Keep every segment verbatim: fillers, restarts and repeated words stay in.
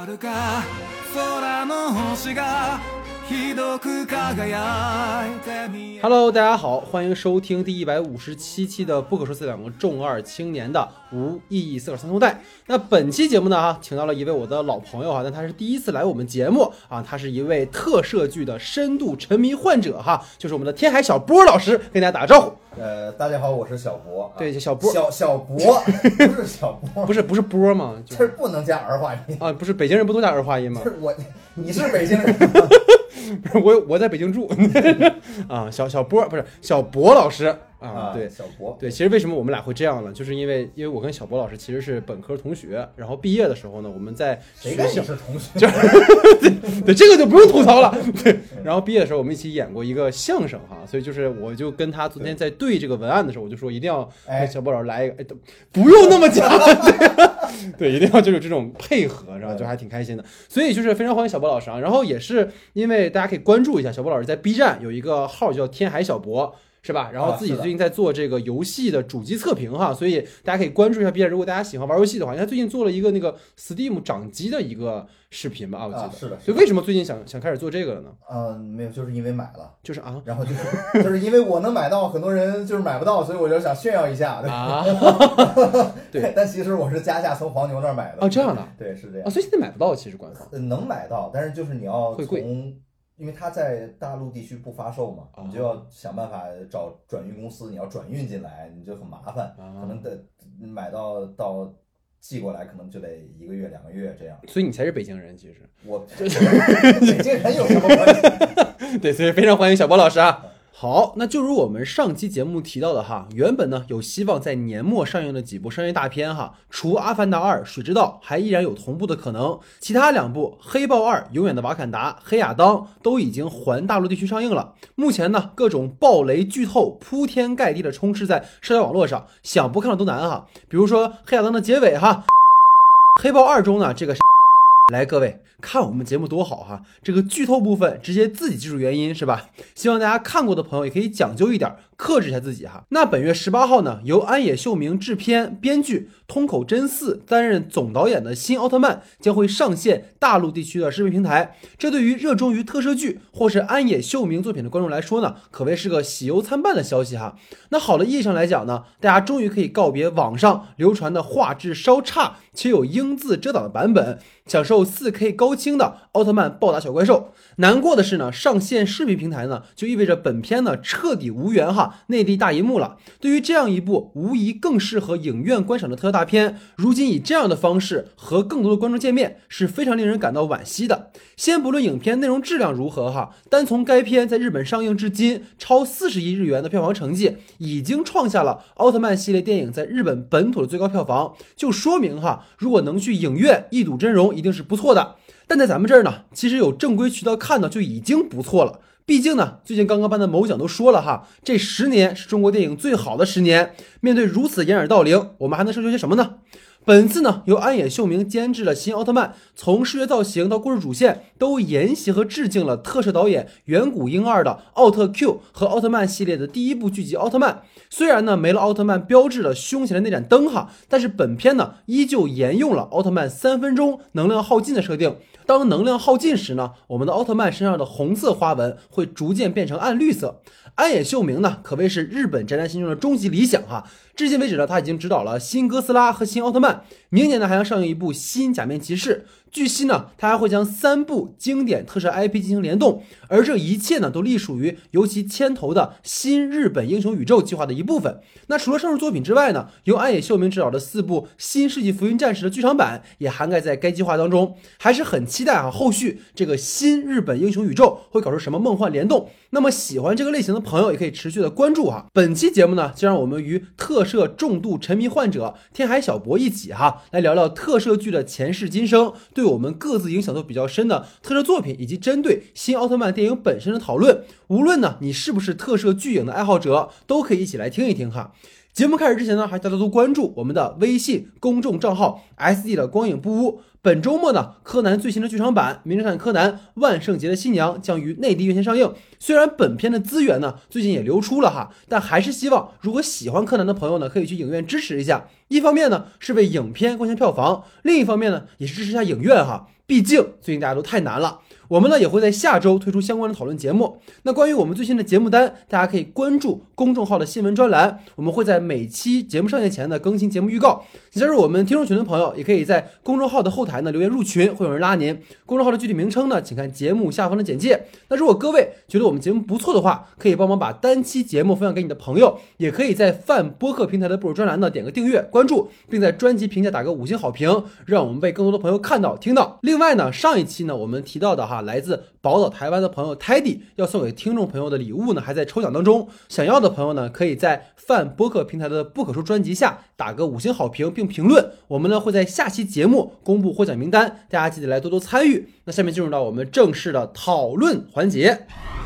Hello， 大家好，欢迎收听第一百五十七期的不可说是两个重二青年的无意义思考三头带。那本期节目呢，哈，请到了一位我的老朋友哈，但他是第一次来我们节目啊，他是一位特摄剧的深度沉迷患者哈，就是我们的天海小波老师，跟大家打个招呼。 呃，大家好，我是小博。啊、 对，小波， 小小博，不是小波， 不是不是波吗？ 就是、这不能加儿化音啊！不是北京人不都加儿化音吗？ 我，你是北京人吗？ 不是我，我在北京住啊。小小波不是小博老师啊，对， 小博， 对，其实为什么我们俩会这样呢？就是因为因为我跟小博老师其实是本科同学，然后毕业的时候呢，我们在学校谁是同学， 就对对，这个就不用吐槽了。对，然后毕业的时候我们一起演过一个相声哈，所以就是我就跟他昨天在对这个文案的时候，我就说一定要跟小博老师来一个，哎，不用那么讲，对，对，一定要就是这种配合，然后就还挺开心的。所以就是非常欢迎小博老师啊，然后也是因为大家可以关注一下小博老师在 B 站有一个号叫天海小博。是吧？然后自己最近在做这个游戏的主机测评哈，所以大家可以关注一下 B 站。如果大家喜欢玩游戏的话，他最近做了一个那个 Steam 掌机的一个视频吧，我记得。 啊、是的。 所以为什么最近想想开始做这个了呢？ 嗯，没有，就是因为买了， 就是啊， 然后就是就是因为我能买到，很多人就是买不到，所以我就想炫耀一下。对啊，对。 但其实我是加价从黄牛那儿买的。 哦，这样的。 对，是这样。 啊，所以现在买不到，其实官方、 呃、能买到，但是就是你要会贵。 因为它在大陆地区不发售嘛， 哦、 你就要想办法找转运公司，你要转运进来，你就很麻烦， 哦、 可能得买到到寄过来，可能就得一个月两个月这样。 所以你才是北京人，其实我北京人有什么关系？ 对，所以非常欢迎小波老师啊。好，那就如我们上期节目提到的哈，原本呢有希望在年末上映的几部商业大片哈，除《阿凡达二》《水之道》还依然有同步的可能，其他两部《黑豹二》《永远的瓦坎达》《黑亚当》都已经环大陆地区上映了。目前呢，各种爆雷剧透铺天盖地的充斥在社交网络上，想不看了都难哈。比如说《黑亚当》的结尾哈，《黑豹二》中呢这个。来，各位看我们节目多好哈！这个剧透部分直接自己记住原因是吧？希望大家看过的朋友也可以讲究一点，克制一下自己哈。那本月十八号呢，由安野秀明制片、编剧，通口真嗣担任总导演的新奥特曼将会上线大陆地区的视频平台。这对于热衷于特摄剧或是安野秀明作品的观众来说呢，可谓是个喜忧参半的消息哈。那好的意义上来讲呢，大家终于可以告别网上流传的画质稍差且有英字遮挡的版本，享受 四 K 高清的奥特曼暴打小怪兽。难过的是呢，上线视频平台呢，就意味着本片呢彻底无缘哈内地大银幕了。对于这样一部无疑更适合影院观赏的特摄大片，如今以这样的方式和更多的观众见面，是非常令人感到惋惜的。先不论影片内容质量如何哈，单从该片在日本上映至今超四十亿日元的票房成绩，已经创下了奥特曼系列电影在日本本土的最高票房，就说明哈，如果能去影院一睹真容，一定是不错的。但在咱们这儿呢，其实有正规渠道看到就已经不错了。毕竟呢，最近刚刚颁的某奖都说了哈，这十年是中国电影最好的十年。面对如此掩耳盗铃，我们还能奢求些什么呢？本次呢，由安野秀明监制的新奥特曼，从视觉造型到故事主线，都沿袭和致敬了特摄导演远古婴二的奥特 Q 和奥特曼系列的第一部剧集奥特曼。虽然呢没了奥特曼标志的胸前的那盏灯哈，但是本片呢依旧沿用了奥特曼三分钟能量耗尽的设定。当能量耗尽时呢，我们的奥特曼身上的红色花纹会逐渐变成暗绿色。安野秀明呢，可谓是日本宅男心中的终极理想哈。至今为止呢，他已经执导了新哥斯拉和新奥特曼，明年呢还将上映一部新假面骑士。据悉呢，他还会将三部经典特摄 I P 进行联动，而这一切呢，都隶属于由其牵头的新日本英雄宇宙计划的一部分。那除了上述作品之外呢，由安野秀明执导的四部新世纪福音战士的剧场版也涵盖在该计划当中，还是很期待啊，后续这个新日本英雄宇宙会搞出什么梦幻联动。那么喜欢这个类型的朋友也可以持续的关注哈。本期节目呢，就让我们与特摄重度沉迷患者天海小博一起哈，来聊聊特摄剧的前世今生，对我们各自影响都比较深的特摄作品，以及针对新奥特曼电影本身的讨论。无论呢你是不是特摄剧影的爱好者，都可以一起来听一听哈。 节目开始之前呢，还大家都关注我们的微信公众账号 S D 的光影不污。本周末呢，柯南最新的剧场版《名侦探柯南：万圣节的新娘》将于内地院线上映。虽然本片的资源呢最近也流出了哈，但还是希望如果喜欢柯南的朋友呢，可以去影院支持一下。一方面呢是为影片贡献票房，另一方面呢也是支持一下影院哈。毕竟最近大家都太难了。我们呢也会在下周推出相关的讨论节目。那关于我们最新的节目单，大家可以关注公众号的新闻专栏，我们会在每期节目上线前呢更新节目预告。加入我们听众群的朋友，也可以在公众号的后台呢留言入群，会有人拉您。公众号的具体名称呢，请看节目下方的简介。那如果各位觉得我们节目不错的话，可以帮忙把单期节目分享给你的朋友，也可以在泛播客平台的部首专栏呢点个订阅关注，并在专辑评价打个五星好评，让我们被更多的朋友看到听到。另外呢，上一期呢我们提到的哈，来自宝岛台湾的朋友 Teddy 要送给听众朋友的礼物呢还在抽奖当中，想要的朋友呢可以在泛播客平台的不可说专辑下打个五星好评并评论，我们呢会在下期节目公布获奖名单，大家记得来多多参与。那下面进入到我们正式的讨论环节。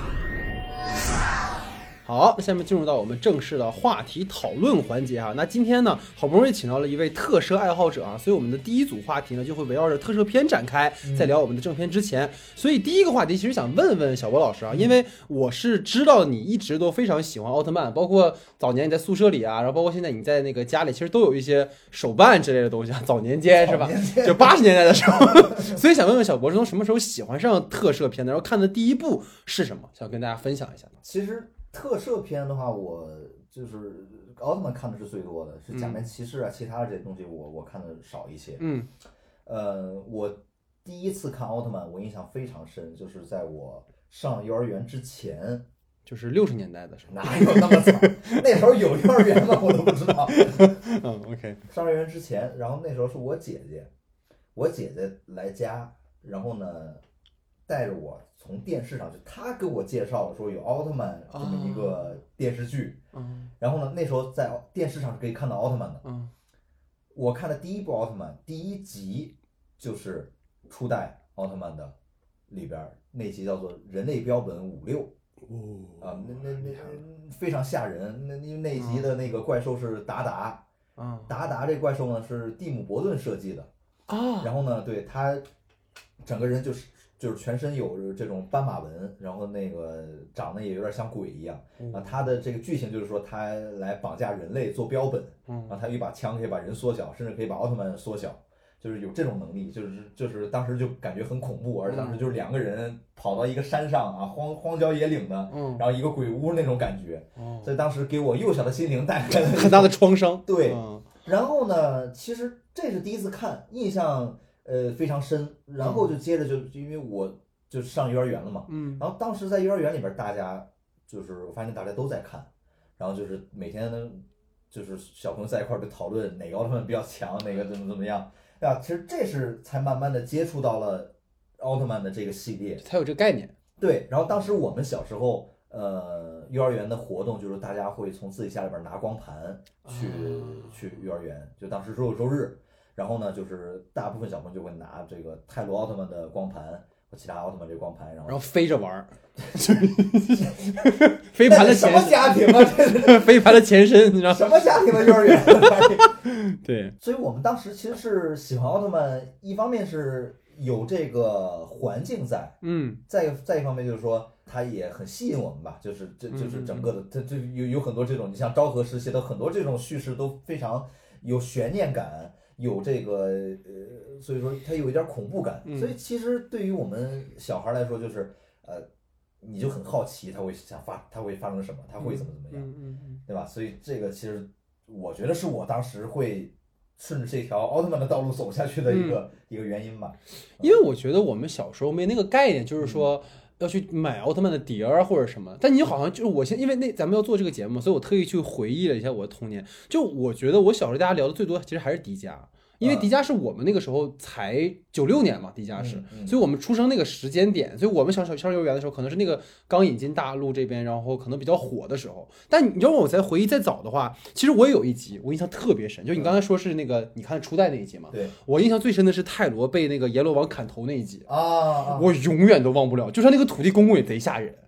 好，那下面进入到我们正式的话题讨论环节哈。那今天呢，好不容易请到了一位特摄爱好者啊，所以我们的第一组话题呢就会围绕着特摄片展开，在聊我们的正片之前。所以第一个话题其实想问问小博老师啊，因为我是知道你一直都非常喜欢奥特曼，包括早年你在宿舍里啊，然后包括现在你在那个家里，其实都有一些手办之类的东西啊。早年间是吧？就八十年代的时候，所以想问问小博是从什么时候喜欢上特摄片的？然后看的第一部是什么？想跟大家分享一下。 其实特摄片的话，我就是奥特曼看的是最多的，是假面骑士啊，嗯、其他的这些东西我我看的少一些。 嗯， 呃，我第一次看奥特曼，我印象非常深，就是在我上幼儿园之前， 就是六十年代的时候。 哪有那么早？那时候有幼儿园吗？我都不知道。 嗯 ，OK。 上幼儿园之前，然后那时候是我姐姐，我姐姐来家，然后呢带着我。从电视上就他给我介绍说有奥特曼这么一个电视剧， 嗯， 然后呢那时候在电视上是可以看到奥特曼的， 嗯， 我看的第一部奥特曼第一集就是初代奥特曼的里边那集叫做人类标本五六， 哦啊，那那那非常吓人，那因为那集的那个怪兽是达达， 啊， 达达这怪兽呢是蒂姆伯顿设计的， 啊， 然后呢对他整个人就是。就是全身有这种斑马纹，然后那个长得也有点像鬼一样。啊，他的这个剧情就是说他来绑架人类做标本，然后他有一把枪可以把人缩小，甚至可以把奥特曼缩小，就是有这种能力，就是就是当时就感觉很恐怖，而当时就是两个人跑到一个山上啊，荒荒郊野岭的， 嗯， 然后一个鬼屋那种感觉， 哦， 所以当时给我幼小的心灵带来了很大的创伤。 对， 嗯， 然后呢，其实这是第一次看，印象。呃，非常深，然后就接着就因为我就上幼儿园了嘛， 嗯， 然后当时在幼儿园里边，大家就是我发现大家都在看，然后就是每天呢，就是小朋友在一块儿就讨论哪个奥特曼比较强，哪个怎么怎么样，对吧？其实这是才慢慢的接触到了奥特曼的这个系列， 才有这个概念。 对，然后当时我们小时候，呃，幼儿园的活动就是大家会从自己家里边拿光盘去、啊、去幼儿园，就当时周六周日。然后呢，就是大部分小朋友就会拿这个泰罗奥特曼的光盘和其他奥特曼这个光盘，然后然后飞着玩飞盘的前身， 什么家庭啊？这是飞盘的前身，你知道什么家庭的幼儿园？ 对， 所以我们当时其实是喜欢奥特曼，一方面是有这个环境在， 嗯， 再再一方面就是说它也很吸引我们吧，就是这就是整个的，它这有有很多这种，你像昭和时期的很多这种叙事都非常有悬念感。有这个呃，所以说它有一点恐怖感， 嗯、 所以其实对于我们小孩来说，就是呃，你就很好奇他会想发，他会发生什么，他会怎么怎么样， 嗯嗯嗯、 对吧？所以这个其实我觉得是我当时会顺着这条奥特曼的道路走下去的一个、嗯、一个原因吧。 因为我觉得我们小时候没那个概念，就是说。嗯要去买奥特曼的碟儿或者什么，但你好像就是我现因为那咱们要做这个节目，所以我特意去回忆了一下我的童年。就我觉得我小时候大家聊的最多，其实还是迪迦。因为迪迦是我们那个时候才九六年嘛，迪迦是、嗯嗯，所以我们出生那个时间点，所以我们小小上幼儿园的时候，可能是那个刚引进大陆这边，然后可能比较火的时候。但你要问我再回忆再早的话，其实我也有一集我印象特别深，就你刚才说是那个你看初代那一集嘛， 对， 我印象最深的是泰罗被那个阎罗王砍头那一集啊， 我永远都忘不了，就像那个土地公公也贼吓人。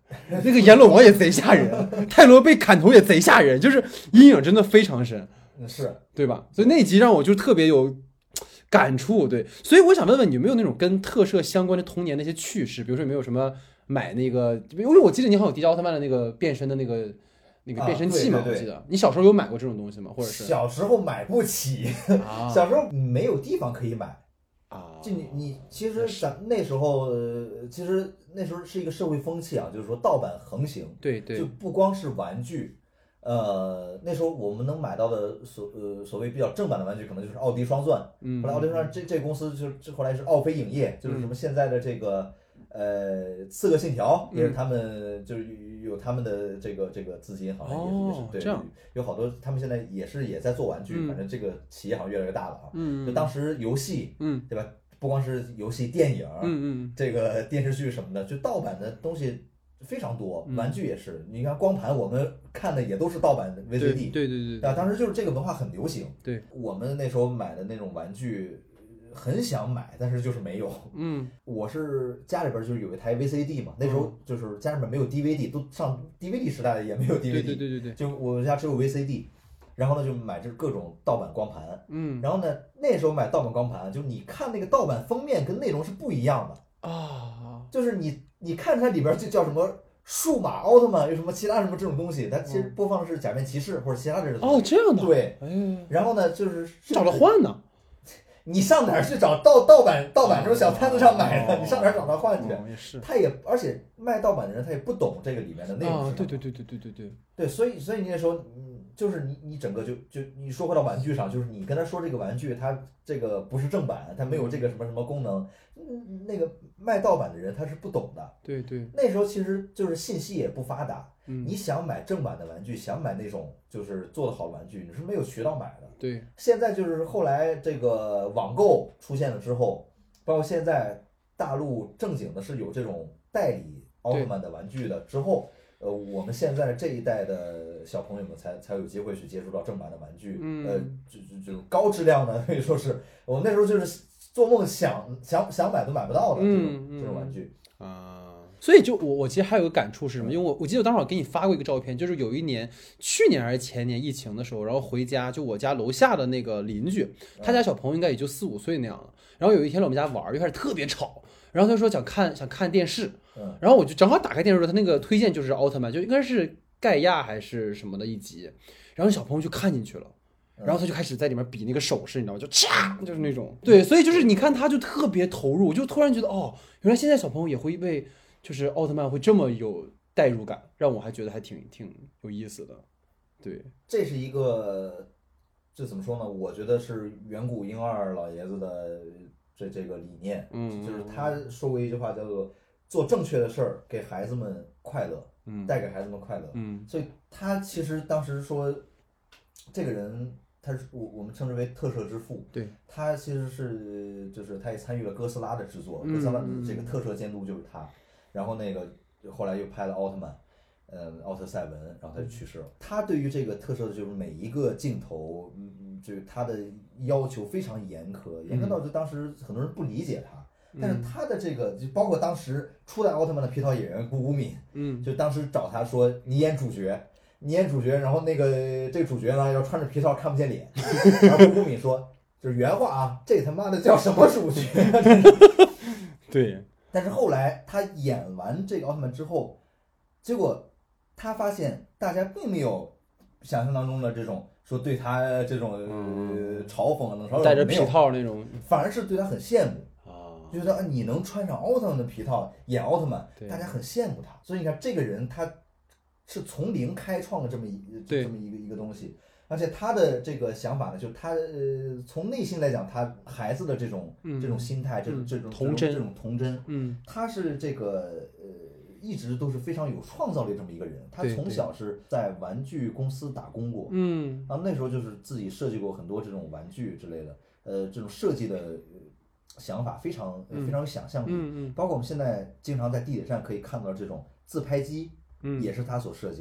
那个阎罗王也贼吓人，泰罗被砍头也贼吓人，就是阴影真的非常深， 是对吧？所以那集让我就特别有感触，对。所以我想问问你有没有那种跟特摄相关的童年那些趣事，比如说有没有什么买那个，因为我记得你好像有迪迦奥特曼的那个变身的那个那个变身器嘛， 啊、对对对我记得你小时候有买过这种东西吗？或者是小时候买不起， 啊、 小时候没有地方可以买。 啊， 就你你其实咱那时候、呃，其实那时候是一个社会风气啊，就是说盗版横行， 对对， 就不光是玩具，呃，那时候我们能买到的所呃所谓比较正版的玩具，可能就是奥迪双钻， 嗯， 后来奥迪双钻这这公司就这后来是奥飞影业，就是什么现在的这个。呃，刺客信条也是他们，就是有他们的这个这个资金，好像也是、 哦、 也是对， 这样有好多他们现在也是也在做玩具， 嗯、 反正这个企业好像越来越大了啊。 嗯， 就当时游戏， 嗯， 对吧？不光是游戏、电影， 嗯嗯， 这个电视剧什么的，就盗版的东西非常多， 嗯、 玩具也是。你看光盘，我们看的也都是盗版的 V C D， 对对对对， 对吧？当时就是这个文化很流行。 对， 我们那时候买的那种玩具。很想买，但是就是没有。 嗯， 我是家里边就是有一台 V C D 嘛，那时候就是家里面没有 D V D， 都上 D V D 时代了也没有 D V D， 对对对对对， 就我家只有 V C D， 然后呢就买这各种盗版光盘， 嗯， 然后呢那时候买盗版光盘，就你看那个盗版封面跟内容是不一样的啊， 就是你你看它里边就叫什么数码奥特曼，有什么其他什么这种东西，它其实播放的是假面骑士或者其他这种哦这样的， 对， 哎， 然后呢就是找了换呢。 你上哪儿去找盗盗版盗版这种小摊子上买的？ 哦、 你上哪儿找他换去？ 哦、也是， 他也而且卖盗版的人他也不懂这个里面的内容是什么。 啊，对对对对对对对对，所以所以你那时候，嗯，就是你你整个就就你说回到玩具上，就是你跟他说这个玩具它这个不是正版，它没有这个什么什么功能，嗯，那个卖盗版的人他是不懂的。 对对， 那时候其实就是信息也不发达， 嗯， 你想买正版的玩具，想买那种就是做的好的玩具，你是没有渠道买的。 对， 现在就是后来这个网购出现了之后，包括现在大陆正经的是有这种代理奥特曼的玩具的之后，呃，我们现在这一代的小朋友们才才有机会去接触到正版的玩具， 嗯、 呃，就就就高质量的，可以说是我们那时候就是做梦想想想买都买不到的这种、 嗯、 这种玩具啊。所以就我我其实还有个感触是什么？因为我我记得我当时我给你发过一个照片，就是有一年去年还是前年疫情的时候，然后回家就我家楼下的那个邻居，他家小朋友应该也就四五岁那样了。然后有一天来我们家玩，就开始特别吵，然后他说想看想看电视，然后我就正好打开电视，他那个推荐就是奥特曼，就应该是盖亚还是什么的一集，然后小朋友就看进去了。然后他就开始在里面比那个手势，你知道吗？就嚓，就是那种对，所以就是你看他就特别投入，我就突然觉得哦，原来现在小朋友也会被就是奥特曼会这么有代入感，让我还觉得还挺挺有意思的。对， 这是一个这怎么说呢？我觉得是远古婴二老爷子的这这个理念， 嗯， 就是他说过一句话叫做做正确的事儿，给孩子们快乐， 嗯， 带给孩子们快乐， 嗯， 所以他其实当时说这个人。他是我我们称之为特摄之父， 对， 他其实是就是他也参与了哥斯拉的制作， 嗯、 哥斯拉这个特摄监督就是他，然后那个后来又拍了奥特曼，嗯，奥特赛文，然后他就去世了。他对于这个特摄的就是每一个镜头，嗯，这个他的要求非常严苛，严苛到就当时很多人不理解他， 嗯、 但是他的这个就包括当时初代奥特曼的皮套演员谷谷敏， 嗯， 就当时找他说你演主角。你演主角，然后那个这个主角呢要穿着皮套看不见脸，然后谷谷敏说，就是原话啊，这他妈的叫什么主角？ 对。 但是后来他演完这个奥特曼之后，结果他发现大家并没有想象当中的这种说对他这种、呃、嘲讽冷嘲热讽， 戴着皮套那种， 反而是对他很羡慕啊， 就觉得你能穿上奥特曼的皮套演奥特曼，大家很羡慕他。所以你看这个人他。是从零开创了这么一这么一个一个东西，而且他的这个想法呢，就是他呃从内心来讲，他孩子的这种、 嗯、 这种心态，这种、 嗯、 这种童真这种童真， 嗯， 他是这个呃一直都是非常有创造力这么一个人。他从小是在玩具公司打工过， 嗯， 然后那时候就是自己设计过很多这种玩具之类的，呃，这种设计的想法非常、呃、非常有想象力， 嗯嗯， 包括我们现在经常在地铁站可以看到这种自拍机。 嗯， 也是他所设计的，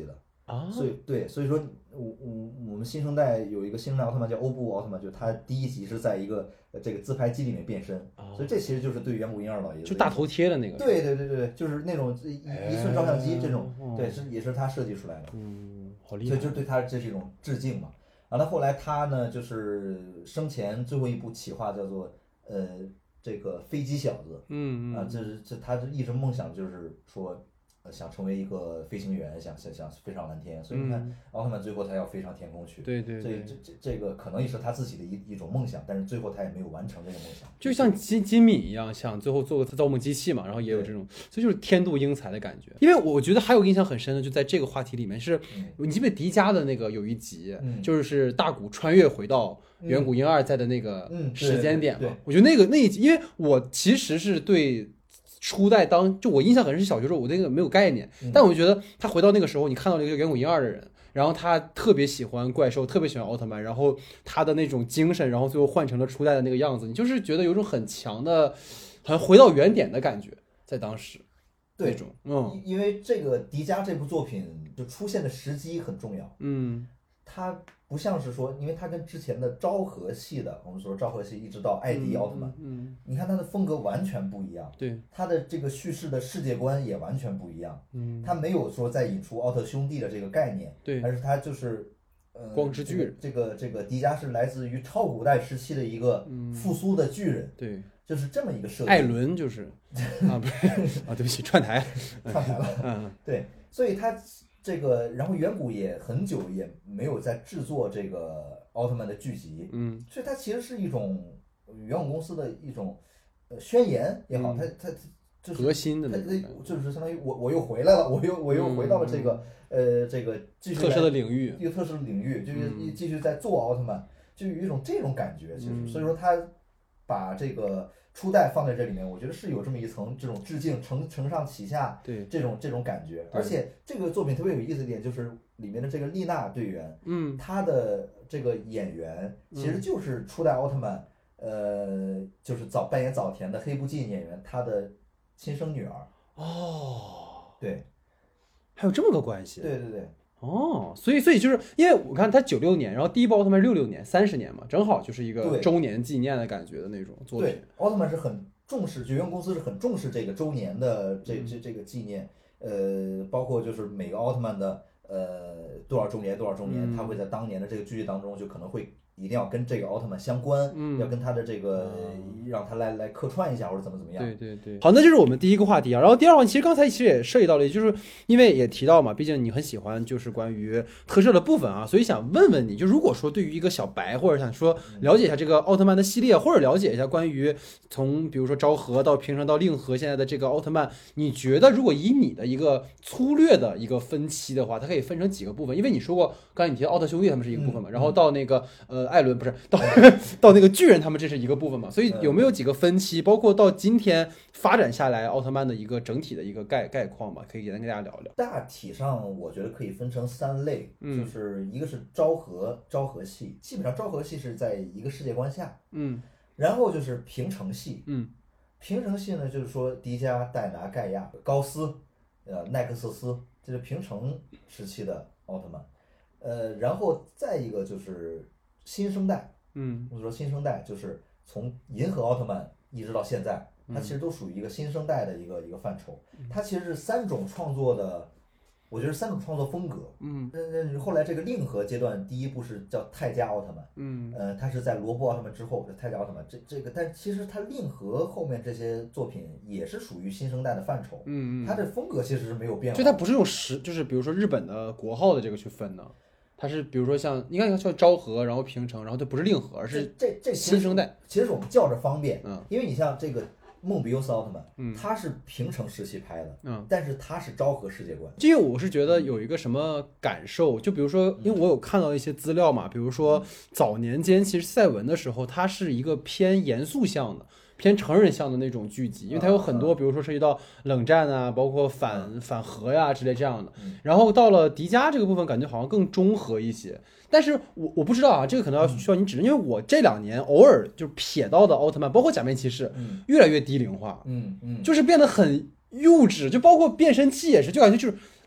啊， 所以对，所以说我我我们新生代有一个新生代奥特曼叫欧布奥特曼，就是他第一集是在一个呃这个自拍机里面变身， 哦所以这其实就是对远古婴儿老爷子就大头贴的那个， 对对对对，就是那种一一寸照相机这种， 哦对，是也是他设计出来的， 嗯，好厉害， 所以就对他这是一种致敬嘛。完了后来他呢，就是生前最后一部企划叫做呃这个飞机小子， 嗯嗯啊，这是这他一直梦想就是说。呃想成为一个飞行员，想想想飞上蓝天，所以你看、 嗯、 奥特曼最后他要飞上天空去， 对对对， 所以这这这个可能也是他自己的一一种梦想，但是最后他也没有完成这个梦想， 就像金金敏一样，想最后做个造梦机器嘛，然后也有这种，所以就是天妒英才的感觉。因为我觉得还有印象很深的，就在这个话题里面是， 嗯、 你记不记得迪迦的那个有一集， 嗯、 就是大古穿越回到远古婴儿在的那个时间点嘛， 嗯、对对对我觉得那个那一集，因为我其实是对。初代当就我印象很深，是小学时候我那个没有概念， 嗯、 但我觉得他回到那个时候，你看到了一个远古婴儿的人，然后他特别喜欢怪兽，特别喜欢奥特曼，然后他的那种精神，然后最后换成了初代的那个样子，你就是觉得有种很强的，好像回到原点的感觉，在当时， 对， 那种，嗯， 因为这个迪迦这部作品就出现的时机很重要， 嗯， 它不像是说，因为它跟之前的昭和系的，我们说昭和系一直到艾迪奥特曼， 嗯，嗯你看它的风格完全不一样， 对， 它的这个叙事的世界观也完全不一样， 嗯， 它没有说再引出奥特兄弟的这个概念， 对， 但是它就是，呃， 光之巨人， 这个、这个、这个迪迦是来自于超古代时期的一个复苏的巨人， 嗯、对， 就是这么一个设定。 艾伦就是啊，不是啊，对不起，串台， 串台了， 嗯， 对，所以它。这个，然后远古也很久也没有在制作这个奥特曼的剧集， 嗯， 所以它其实是一种远古公司的一种呃宣言也好，它它就是革新的， 它就是相当于我我又回来了，我又我又回到了这个、嗯、呃这个继续特殊的领域， 一个特殊的领域，就是继续在做奥特曼，就有一种这种感觉，其实， 嗯、 所以说他把这个。初代放在这里面，我觉得是有这么一层这种致敬，承承上启下， 对这种这种感觉。而且这个作品特别有意思一点，就是里面的这个丽娜队员， 嗯， 她的这个演员其实就是初代奥特曼，嗯、呃，就是早扮演早田的黑布进演员，她的亲生女儿。 哦， 对， 还有这么个关系。 对对对。 哦，所以所以就是因为我看他九六年，然后第一部奥特曼六六年，三十年嘛，正好就是一个周年纪念的感觉的那种作品。 对，奥特曼是很重视，绝缘公司是很重视这个周年的这这这个纪念，呃，包括就是每个奥特曼的呃多少周年多少周年，他会在当年的这个剧集当中就可能会。一定要跟这个奥特曼相关， 嗯、 要跟他的这个、嗯、让他来来客串一下或者怎么怎么样。 对对对。好，那就是我们第一个话题啊。然后第二个话题，其实刚才其实也涉及到了，就是因为也提到嘛，毕竟你很喜欢就是关于特摄的部分啊，所以想问问你，就如果说对于一个小白或者想说了解一下这个奥特曼的系列，或者了解一下关于从比如说昭和到平成到令和现在的这个奥特曼，你觉得如果以你的一个粗略的一个分期的话，它可以分成几个部分？因为你说过，刚才你提到奥特兄弟他们是一个部分嘛， 嗯、 然后到那个呃艾伦不是到。到那个巨人他们这是一个部分嘛，所以有没有几个分期，包括到今天发展下来奥特曼的一个整体的一个概概况吧，可以简单跟大家聊聊。 大体上我觉得可以分成三类，嗯、就是一个是昭和昭和系，基本上昭和系是在一个世界观下， 嗯， 然后就是平成系， 嗯， 平成系呢就是说迪迦、戴拿、盖亚、高斯，呃奈克瑟斯，这是平成时期的奥特曼，呃，然后再一个就是新生代。 嗯， 我说新生代就是从银河奥特曼一直到现在，它其实都属于一个新生代的一个一个范畴。它其实是三种创作的，我觉得三种创作风格。 嗯， 嗯，后来这个令和阶段第一部是叫泰迦奥特曼。 嗯， 呃，它是在罗布奥特曼之后，是泰迦奥特曼。这这个，但其实它令和后面这些作品也是属于新生代的范畴。 嗯嗯， 它的风格其实是没有变化。 就它不是用时，就是比如说日本的国号的这个去分的。它是比如说像你看像昭和，然后平成，然后它不是令和，而是这这新生代。 其实我们叫着方便， 嗯， 因为你像这个梦比优斯奥特曼， 嗯， 他是平成时期拍的， 嗯， 但是他是昭和世界观。 这个我是觉得有一个什么感受，就比如说，因为我有看到一些资料嘛，比如说早年间其实赛文的时候，它是一个偏严肃向的。偏成人向的那种剧集，因为它有很多，比如说涉及到冷战啊，包括反反核呀之类这样的。然后到了迪迦这个部分，感觉好像更中和一些。但是我我不知道啊，这个可能要需要你指正，因为我这两年偶尔就瞥到的奥特曼，包括假面骑士，越来越低龄化， 嗯嗯， 就是变得很幼稚，就包括变身器也是，就感觉就是。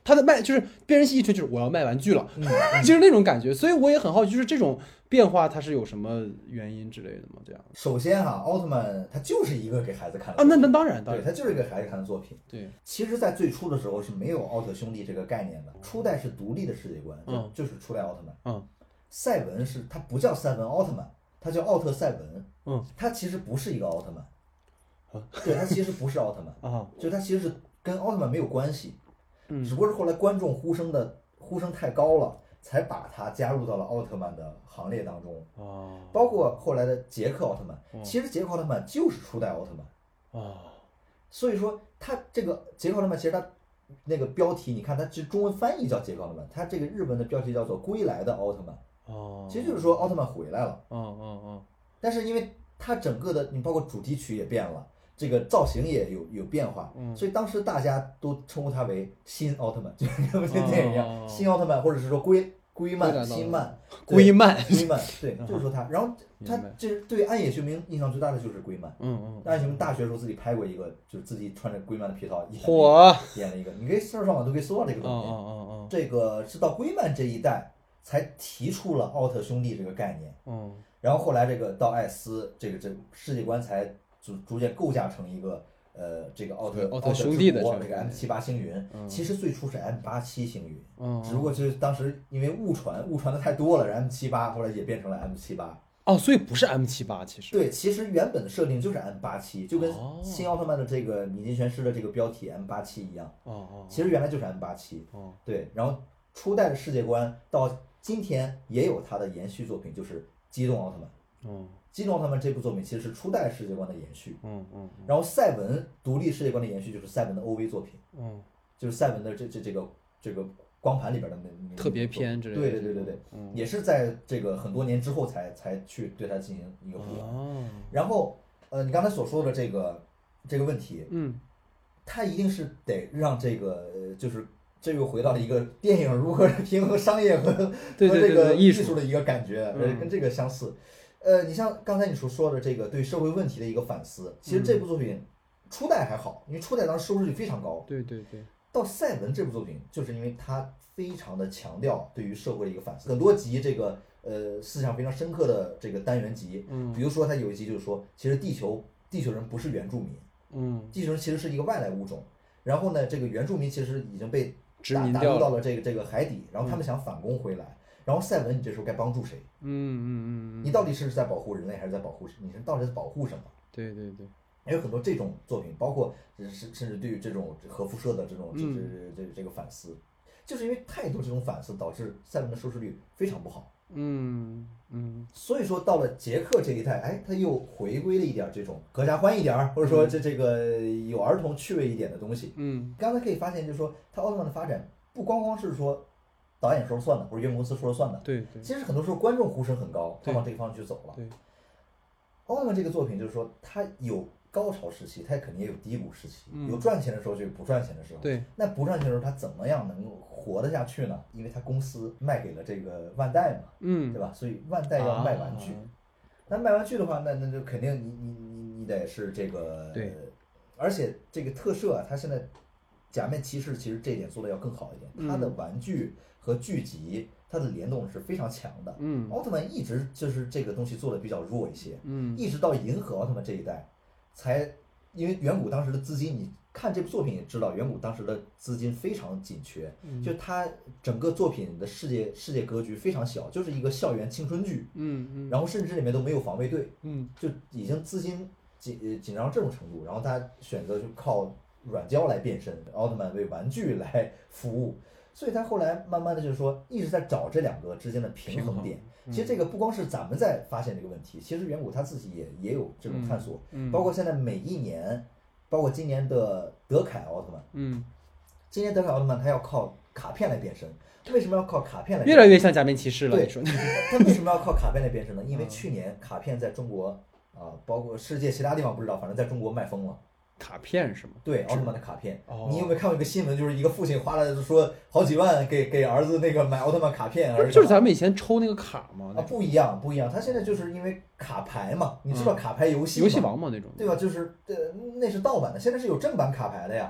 他的卖就是变身系一推就是我要卖玩具了， 嗯、 就是那种感觉。所以我也很好奇，就是这种变化它是有什么原因之类的吗？这样。 首先哈，奥特曼它就是一个给孩子看的啊，那那当然，当然， 对，它就是一个给孩子看的作品。 对， 其实，在最初的时候是没有奥特兄弟这个概念的，初代是独立的世界观， 嗯， 就是初代奥特曼。 嗯， 赛文是它不叫赛文奥特曼，它叫奥特赛文。 嗯， 它其实不是一个奥特曼。 啊， 对，它其实不是奥特曼啊， 就它其实是跟奥特曼没有关系。 嗯， 只不过是后来观众呼声的呼声太高了，才把它加入到了奥特曼的行列当中。 哦， 包括后来的杰克奥特曼， 哦、 其实杰克奥特曼就是初代奥特曼。 哦， 所以说他这个杰克奥特曼，其实他那个标题，你看他其实中文翻译叫杰克奥特曼，他这个日文的标题叫做《归来的奥特曼》。 哦， 其实就是说奥特曼回来了。 哦哦哦。 但是因为它整个的，你包括主题曲也变了。这个造型也有有变化， 嗯， 所以当时大家都称呼他为新奥特曼，就跟这电影一样，新奥特曼，或者是说龟龟曼、新曼、 龟曼、 龟曼，对，就是说他。然后他这对安野秀明印象最大的就是龟曼， 嗯嗯， 安野秀明大学时候自己拍过一个，就是自己穿着龟曼的皮套， 火演了一个，你可以上上网都可以搜到这个东西。 嗯嗯嗯， 这个是到龟曼这一代才提出了奥特兄弟这个概念， 嗯， 然后后来这个到艾斯，这个这世界观才。逐逐渐构架成一个呃这个奥特奥特兄弟的这个 M 七八星云，嗯、其实最初是 M 八七星云， 嗯， 只不过就是当时因为误传误传的太多了 ，M 七八后来也变成了 M 七八。 哦，所以不是 M 七八，其实对，其实原本的设定就是 M 八七，就跟新奥特曼的这个米津玄师的这个标题 M 八七一样。 哦哦， 其实原来就是 M 八七。 哦， 对，然后初代的世界观到今天也有它的延续作品，就是机动奥特曼。 嗯。 机动奥特曼这部作品其实是初代世界观的延续， 嗯嗯， 然后赛文独立世界观的延续就是赛文的 O V 作品， 嗯， 就是赛文的这这这个这个光盘里边的那特别篇之类的， 对对对对对， 嗯， 也是在这个很多年之后才才去对它进行一个补完。 哦， 然后呃，你刚才所说的这个这个问题， 嗯， 它一定是得让这个呃就是这又回到了一个电影如何平衡商业和和这个艺术的一个感觉，呃，跟这个相似。呃，你像刚才你所说的这个对社会问题的一个反思，其实这部作品初代还好，因为初代当时收视率非常高。 对对对。 到赛文这部作品，就是因为它非常的强调对于社会的一个反思，很多集这个呃思想非常深刻的这个单元集， 嗯， 比如说它有一集就是说，其实地球地球人不是原住民， 嗯， 地球人其实是一个外来物种，然后呢，这个原住民其实已经被打打入到了这个这个海底，然后他们想反攻回来。嗯，然后赛文，你这时候该帮助谁？ 嗯嗯嗯， 你到底是在保护人类，还是在保护？你是到底在保护什么？ 对对对， 也有很多这种作品，包括甚甚至对于这种核辐射的这种这这这这个反思，就是因为太多这种反思，导致赛文的收视率非常不好。 嗯嗯， 所以说到了杰克这一代，哎，他又回归了一点这种合家欢一点，或者说这这个有儿童趣味一点的东西。 嗯， 刚才可以发现，就是说他奥特曼的发展不光光是说。导演说了算的，或者原公司说了算的。 对对。 其实很多时候观众呼声很高，他往这个方向去走了。 对。 奥特曼这个作品就是说，它有高潮时期，它肯定也有低谷时期， 嗯、 有赚钱的时候，就有不赚钱的时候。 对。 那不赚钱的时候，它怎么样能够活得下去呢？因为它公司卖给了这个万代嘛， 嗯， 对吧？所以万代要卖玩具。啊、那卖玩具的话，那那就肯定你你你你得是这个。 对。 而且这个特摄啊，它现在假面骑士其实这一点做的要更好一点，它的玩具。和剧集它的联动是非常强的， 嗯， 奥特曼一直就是这个东西做的比较弱一些， 嗯， 一直到银河奥特曼这一代，才因为远古当时的资金，你看这部作品也知道，远古当时的资金非常紧缺， 嗯、 就它整个作品的世界世界格局非常小，就是一个校园青春剧， 嗯嗯， 然后甚至里面都没有防卫队， 嗯， 就已经资金紧紧张这种程度，然后他选择就靠软胶来变身，奥特曼为玩具来服务。所以他后来慢慢的就是说一直在找这两个之间的平衡点。 嗯、 其实这个不光是咱们在发现这个问题，其实远古他自己也也有这种探索。 嗯嗯、 包括现在每一年，包括今年的德凯奥特曼， 嗯， 今年德凯奥特曼他要靠卡片来变身。为什么要靠卡片来变身？ 越来越像假面骑士了。 对， 你说他为什么要靠卡片来变身呢？因为去年卡片在中国啊、呃，包括世界其他地方不知道，反正在中国卖疯了。 卡片是吗？ 对，奥特曼的卡片。 哦、 你有没有看过一个新闻，就是一个父亲花了说好几万给给儿子那个买奥特曼卡片？ 不是就是咱们以前抽那个卡吗？ 啊，不一样，不一样。他现在就是因为卡牌嘛，你知道卡牌游戏、 嗯、游戏王嘛那种， 对吧？就是呃，那是盗版的，现在是有正版卡牌的呀。 啊，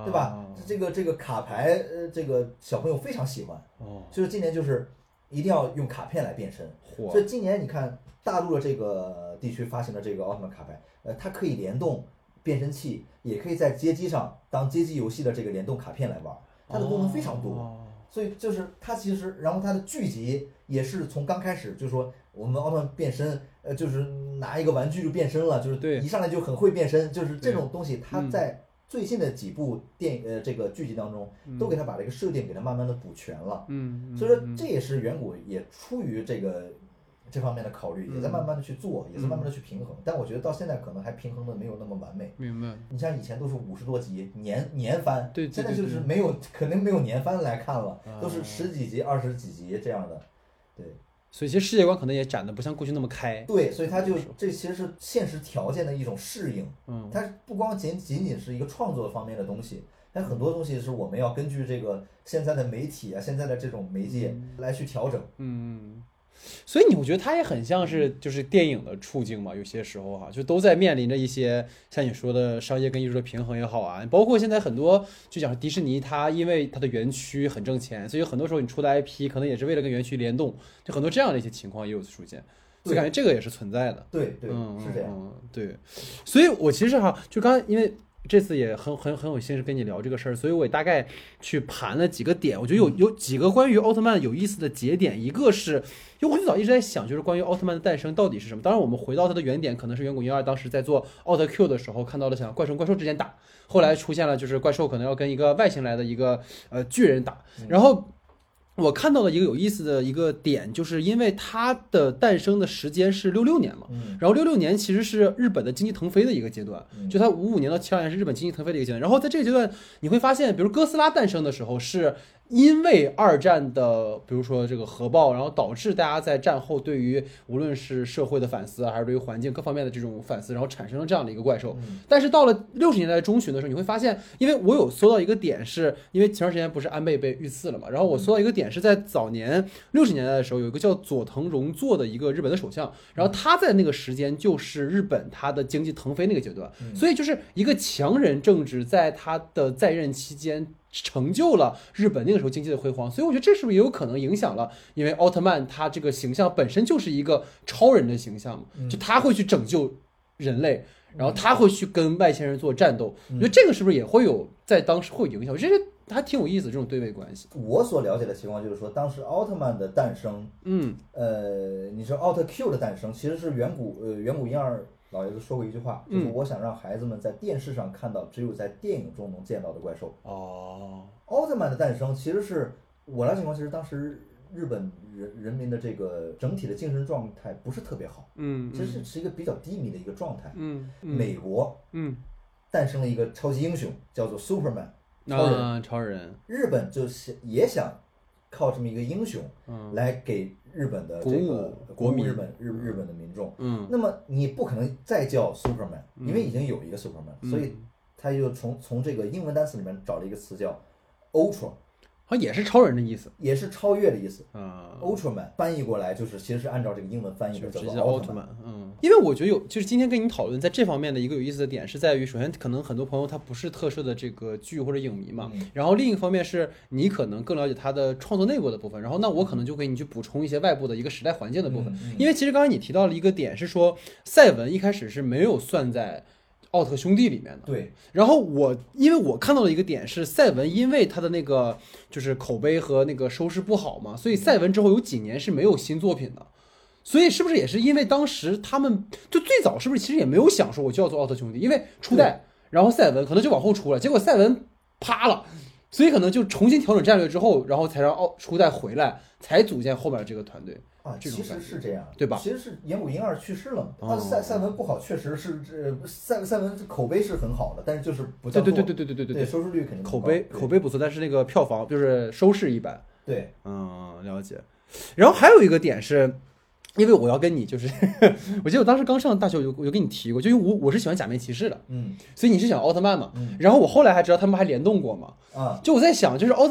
对吧？这个这个卡牌，呃，这个小朋友非常喜欢， 哦， 所以今年就是一定要用卡片来变身。所以今年你看大陆的这个地区发行的这个奥特曼卡牌，呃，它可以联动变身器，也可以在街机上当街机游戏的这个联动卡片来玩，它的功能非常多。哦，所以就是它其实，然后它的剧集也是从刚开始就说我们奥特曼变身，呃，就是拿一个玩具就变身了，就是一上来就很会变身，就是这种东西，它在最近的几部电影呃这个剧集当中，都给它把这个设定给它慢慢的补全了。嗯，所以说这也是远古也出于这个这方面的考虑，也在慢慢的去做，也在慢慢的去平衡。但我觉得到现在可能还平衡的没有那么完美。 明白。 你像以前都是五十多集年年番， 对， 现在就是没有，肯定没有年番来看了，都是十几集、二十几集这样的。对。 所以其实世界观可能也展得不像过去那么开。 对，所以它就这其实是现实条件的一种适应。嗯，它不光仅仅仅是一个创作方面的东西，但很多东西是我们要根据这个现在的媒体啊，现在的这种媒介来去调整。 嗯。所以你我觉得它也很像是就是电影的处境嘛，有些时候哈，就都在面临着一些像你说的商业跟艺术的平衡也好啊，包括现在很多就讲迪士尼，它因为它的园区很挣钱，所以很多时候你出的 I P 可能也是为了跟园区联动，就很多这样的一些情况也有出现，所以感觉这个也是存在的。 对对， 嗯， 是这样。 嗯，对，所以我其实哈，就刚因为。这次也很很很有心思跟你聊这个事儿，所以我也大概去盘了几个点，我觉得有有几个关于奥特曼有意思的节点。一个是，因为我最早一直在想，就是关于奥特曼的诞生到底是什么。当然，我们回到它的原点，可能是远古婴儿当时在做奥特 Q 的时候看到了想怪兽怪兽之间打，后来出现了就是怪兽可能要跟一个外星来的一个呃巨人打，然后。我看到了一个有意思的一个点，就是因为它的诞生的时间是六六年嘛，然后六六年其实是日本的经济腾飞的一个阶段，就它五五年到七二年是日本经济腾飞的一个阶段，然后在这个阶段你会发现，比如哥斯拉诞生的时候是因为二战的比如说这个核爆，然后导致大家在战后对于无论是社会的反思还是对于环境各方面的这种反思，然后产生了这样的一个怪兽。但是到了六十年代中旬的时候，你会发现，因为我有搜到一个点，是因为前段时间不是安倍被遇刺了嘛，然后我搜到一个点是在早年六十年代的时候，有一个叫佐藤荣作的一个日本的首相，然后他在那个时间就是日本他的经济腾飞那个阶段，所以就是一个强人政治在他的在任期间成就了日本那个时候经济的辉煌，所以我觉得这是不是也有可能影响了？因为奥特曼他这个形象本身就是一个超人的形象嘛，就他会去拯救人类，然后他会去跟外星人做战斗，我觉得这个是不是也会有在当时会有影响？我觉得还挺有意思这种对位关系。 我所了解的情况就是说，当时奥特曼的诞生，嗯，呃，你说奥特 Q 的诞生，其实是远古呃远古婴儿老爷子说过一句话，就是我想让孩子们在电视上看到只有在电影中能见到的怪兽。哦，奥特曼的诞生其实是我了解情况，其实当时日本人人民的这个整体的精神状态不是特别好，嗯，其实是是一个比较低迷的一个状态。嗯，美国嗯诞生了一个超级英雄叫做 Superman， 超人， 啊，超人。 日本就是也想靠这么一个英雄来给日本的这个国民，日本日日本的民众。嗯，那么你不可能再叫 Superman， 因为已经有一个 Superman，嗯，所以他就从从这个英文单词里面找了一个词叫 Ultra。 好像也是超人的意思， 也是超越的意思啊。Ultraman 翻译过来就是其实是按照这个英文翻译的，叫做奥特曼。 嗯，因为我觉得有，就是今天跟你讨论在这方面的一个有意思的点是在于，首先可能很多朋友他不是特摄的这个剧或者影迷嘛，嗯，然后另一方面是你可能更了解他的创作内部的部分，然后那我可能就给你去补充一些外部的一个时代环境的部分，嗯嗯，因为其实刚才你提到了一个点是说，赛文一开始是没有算在奥特兄弟里面的。 对， 然后我因为我看到了一个点是赛文，因为他的那个就是口碑和那个收视不好嘛，所以赛文之后有几年是没有新作品的。所以是不是也是因为当时他们就最早是不是其实也没有想说我就要做奥特兄弟，因为初代然后赛文可能就往后出了，结果赛文趴了，所以可能就重新调整战略之后，然后才让奥初代回来，才组建后面这个团队。 啊，其实是这样， 对吧？ 其实是岩谷英二去世了嘛，他赛赛文不好，确实是这赛赛文口碑是很好的，但是就是不叫做对对对对对对对收视率肯定口碑口碑不错，但是那个票房就是收视一般。 对， 嗯，了解。然后还有一个点是。因为我要跟你就是，我记得我当时刚上大学，我就我就跟你提过，就因为我我是喜欢假面骑士的，嗯，所以你是喜欢奥特曼嘛，嗯，然后我后来还知道他们还联动过嘛，啊，就我在想，就是奥特曼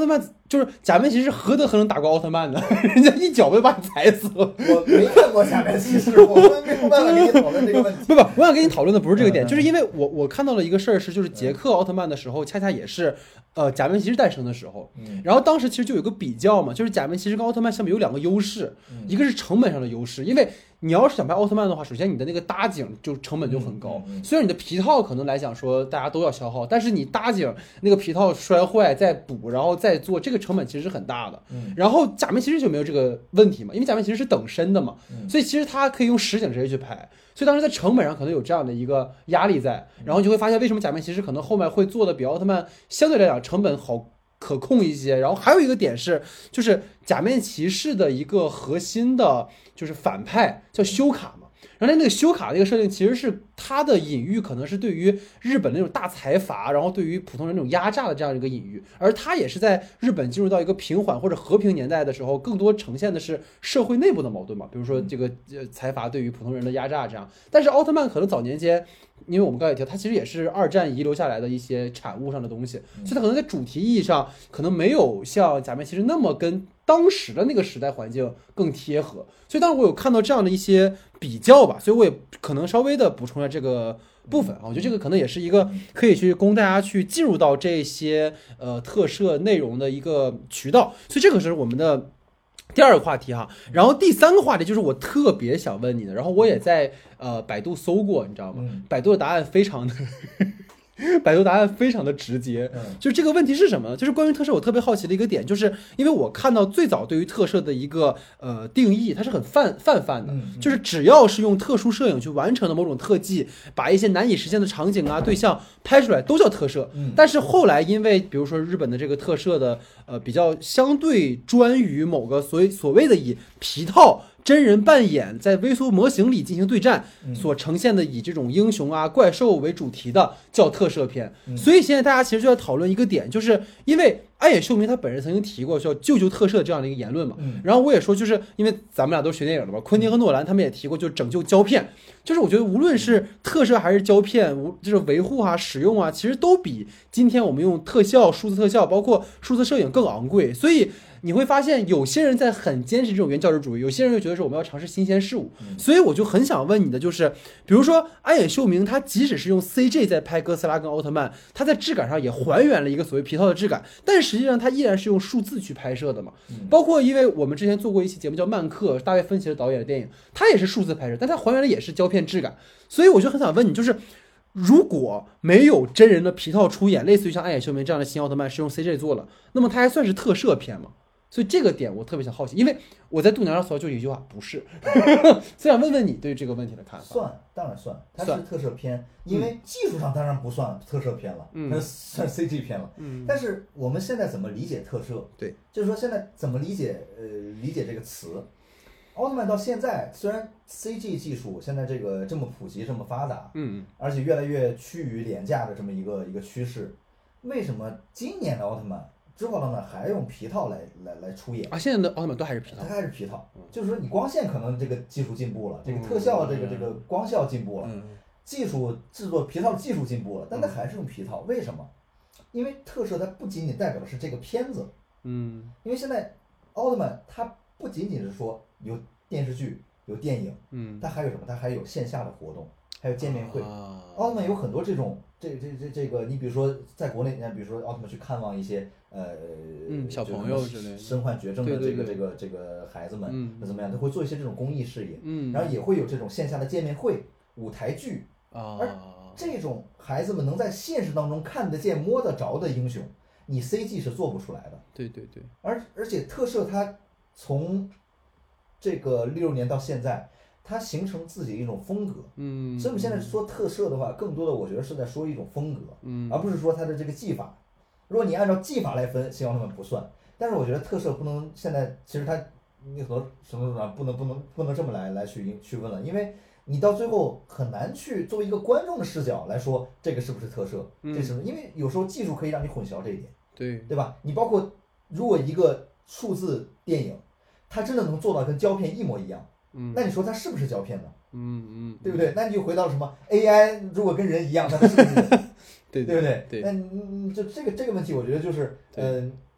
就是假面骑士何德何能打过奥特曼呢？人家一脚就把你踩死了。 我没看过假面骑士，我们没有办法跟你讨论这个问题。 不不，我想跟你讨论的不是这个点，就是因为我我看到了一个事儿是，就是捷克奥特曼的时候，恰恰也是呃假面骑士诞生的时候，然后当时其实就有个比较嘛，就是假面骑士跟奥特曼相比有两个优势，一个是成本上的优势，因为你要是想拍奥特曼的话，首先你的那个搭景就成本就很高， 嗯嗯嗯、 虽然你的皮套可能来讲说大家都要消耗，但是你搭景那个皮套摔坏再补，然后再做，这个成本其实是很大的。 嗯、 然后假面骑士就没有这个问题嘛，因为假面骑士是等身的嘛， 嗯、 所以其实它可以用实景直接去拍，所以当时在成本上可能有这样的一个压力在，然后你就会发现为什么假面骑士可能后面会做的比奥特曼相对来讲成本好可控一些。然后还有一个点是，就是假面骑士的一个核心的就是反派叫修卡嘛，然后那个修卡那个设定其实是它的隐喻，可能是对于日本那种大财阀，然后对于普通人那种压榨的这样一个隐喻，而它也是在日本进入到一个平缓或者和平年代的时候，更多呈现的是社会内部的矛盾嘛，比如说这个财阀对于普通人的压榨这样。但是奥特曼可能早年间，因为我们刚才也提到，它其实也是二战遗留下来的一些产物上的东西，所以它可能在主题意义上可能没有像假面骑士那么跟当时的那个时代环境更贴合。所以当时我有看到这样的一些比较吧，所以我也可能稍微的补充一下这个部分啊，我觉得这个可能也是一个可以去供大家去进入到这些呃特摄内容的一个渠道。所以这个是我们的第二个话题哈，然后第三个话题就是我特别想问你的，然后我也在呃百度搜过，你知道吗？百度的答案非常的百度答案非常的直接，就是这个问题是什么呢？就是关于特摄，我特别好奇的一个点，就是因为我看到最早对于特摄的一个呃定义，它是很泛泛泛的，就是只要是用特殊摄影去完成的某种特技，把一些难以实现的场景啊、对象拍出来，都叫特摄。但是后来因为比如说日本的这个特摄的呃比较相对专于某个所谓所谓的以皮套真人扮演在微缩模型里进行对战所呈现的以这种英雄啊怪兽为主题的叫特摄片。所以现在大家其实就在讨论一个点，就是因为安野秀明他本人曾经提过叫救救特摄这样的一个言论嘛，然后我也说就是因为咱们俩都学电影的嘛，昆汀和诺兰他们也提过就拯救胶片，就是我觉得无论是特摄还是胶片，无就是维护啊使用啊，其实都比今天我们用特效数字特效包括数字摄影更昂贵。所以你会发现有些人在很坚持这种原教旨主义，有些人又觉得说我们要尝试新鲜事物。所以我就很想问你的就是，比如说安野秀明他即使是用 C G 在拍哥斯拉跟奥特曼，他在质感上也还原了一个所谓皮套的质感，但实际上他依然是用数字去拍摄的嘛。包括因为我们之前做过一期节目叫《曼克》，大卫芬奇的导演的电影，他也是数字拍摄，但他还原的也是胶片质感。所以我就很想问你，就是如果没有真人的皮套出演，类似于像安野秀明这样的新奥特曼是用 C G 做了，那么他还算是特摄片吗？所以这个点我特别想好奇，因为我在度娘上搜就一句话，不是。所以想问问你对这个问题的看法。 算，当然算，它是特摄片，因为技术上当然不算特摄片了，嗯，算 C G 片了。嗯，但是我们现在怎么理解特摄？ 对， 就是说现在怎么理解呃理解这个词？奥特曼到现在虽然 C G 技术现在这个这么普及这么发达， 嗯， 而且越来越趋于廉价的这么一个一个趋势，为什么今年的奥特曼？之后呢，还用皮套来来来出演啊！现在的奥特曼都还是皮套， 它还是皮套，就是说你光线可能这个技术进步了，这个特效这个这个光效进步了，技术制作皮套的技术进步了，但它还是用皮套，为什么？因为特摄它不仅仅代表的是这个片子， 嗯， 因为现在奥特曼它不仅仅是说有电视剧有电影， 嗯， 它还有什么？它还有线下的活动，还有见面会。奥特曼有很多这种这这这这个，你比如说在国内，你看，比如说奥特曼去看望一些呃， 嗯，小朋友之类的， 身患绝症的这个对对对这个这个孩子们， 嗯， 那怎么样？他会做一些这种公益事业， 嗯， 然后也会有这种线下的见面会、舞台剧啊， 而这种孩子们能在现实当中看得见、摸得着的英雄，你 C G 是做不出来的。 对对对， 而而且特摄它从这个六六年到现在。它形成自己一种风格， 嗯， 所以我们现在说特摄的话，更多的我觉得是在说一种风格，嗯，而不是说它的这个技法。如果你按照技法来分，新奥特曼不算。但是我觉得特摄不能现在，其实它你很多什么什么不能不能不能这么来来去去问了，因为你到最后很难去作为一个观众的视角来说这个是不是特摄， 嗯、 这是因为有时候技术可以让你混淆这一点， 对对吧？你包括如果一个数字电影，它真的能做到跟胶片一模一样。那你说它是不是胶片呢？ 嗯嗯， 对不对？那你就回到什么 A I， 如果跟人一样，那它是不是人？ 对对不对？ 对， 那嗯，就这个这个问题，我觉得就是，嗯、呃，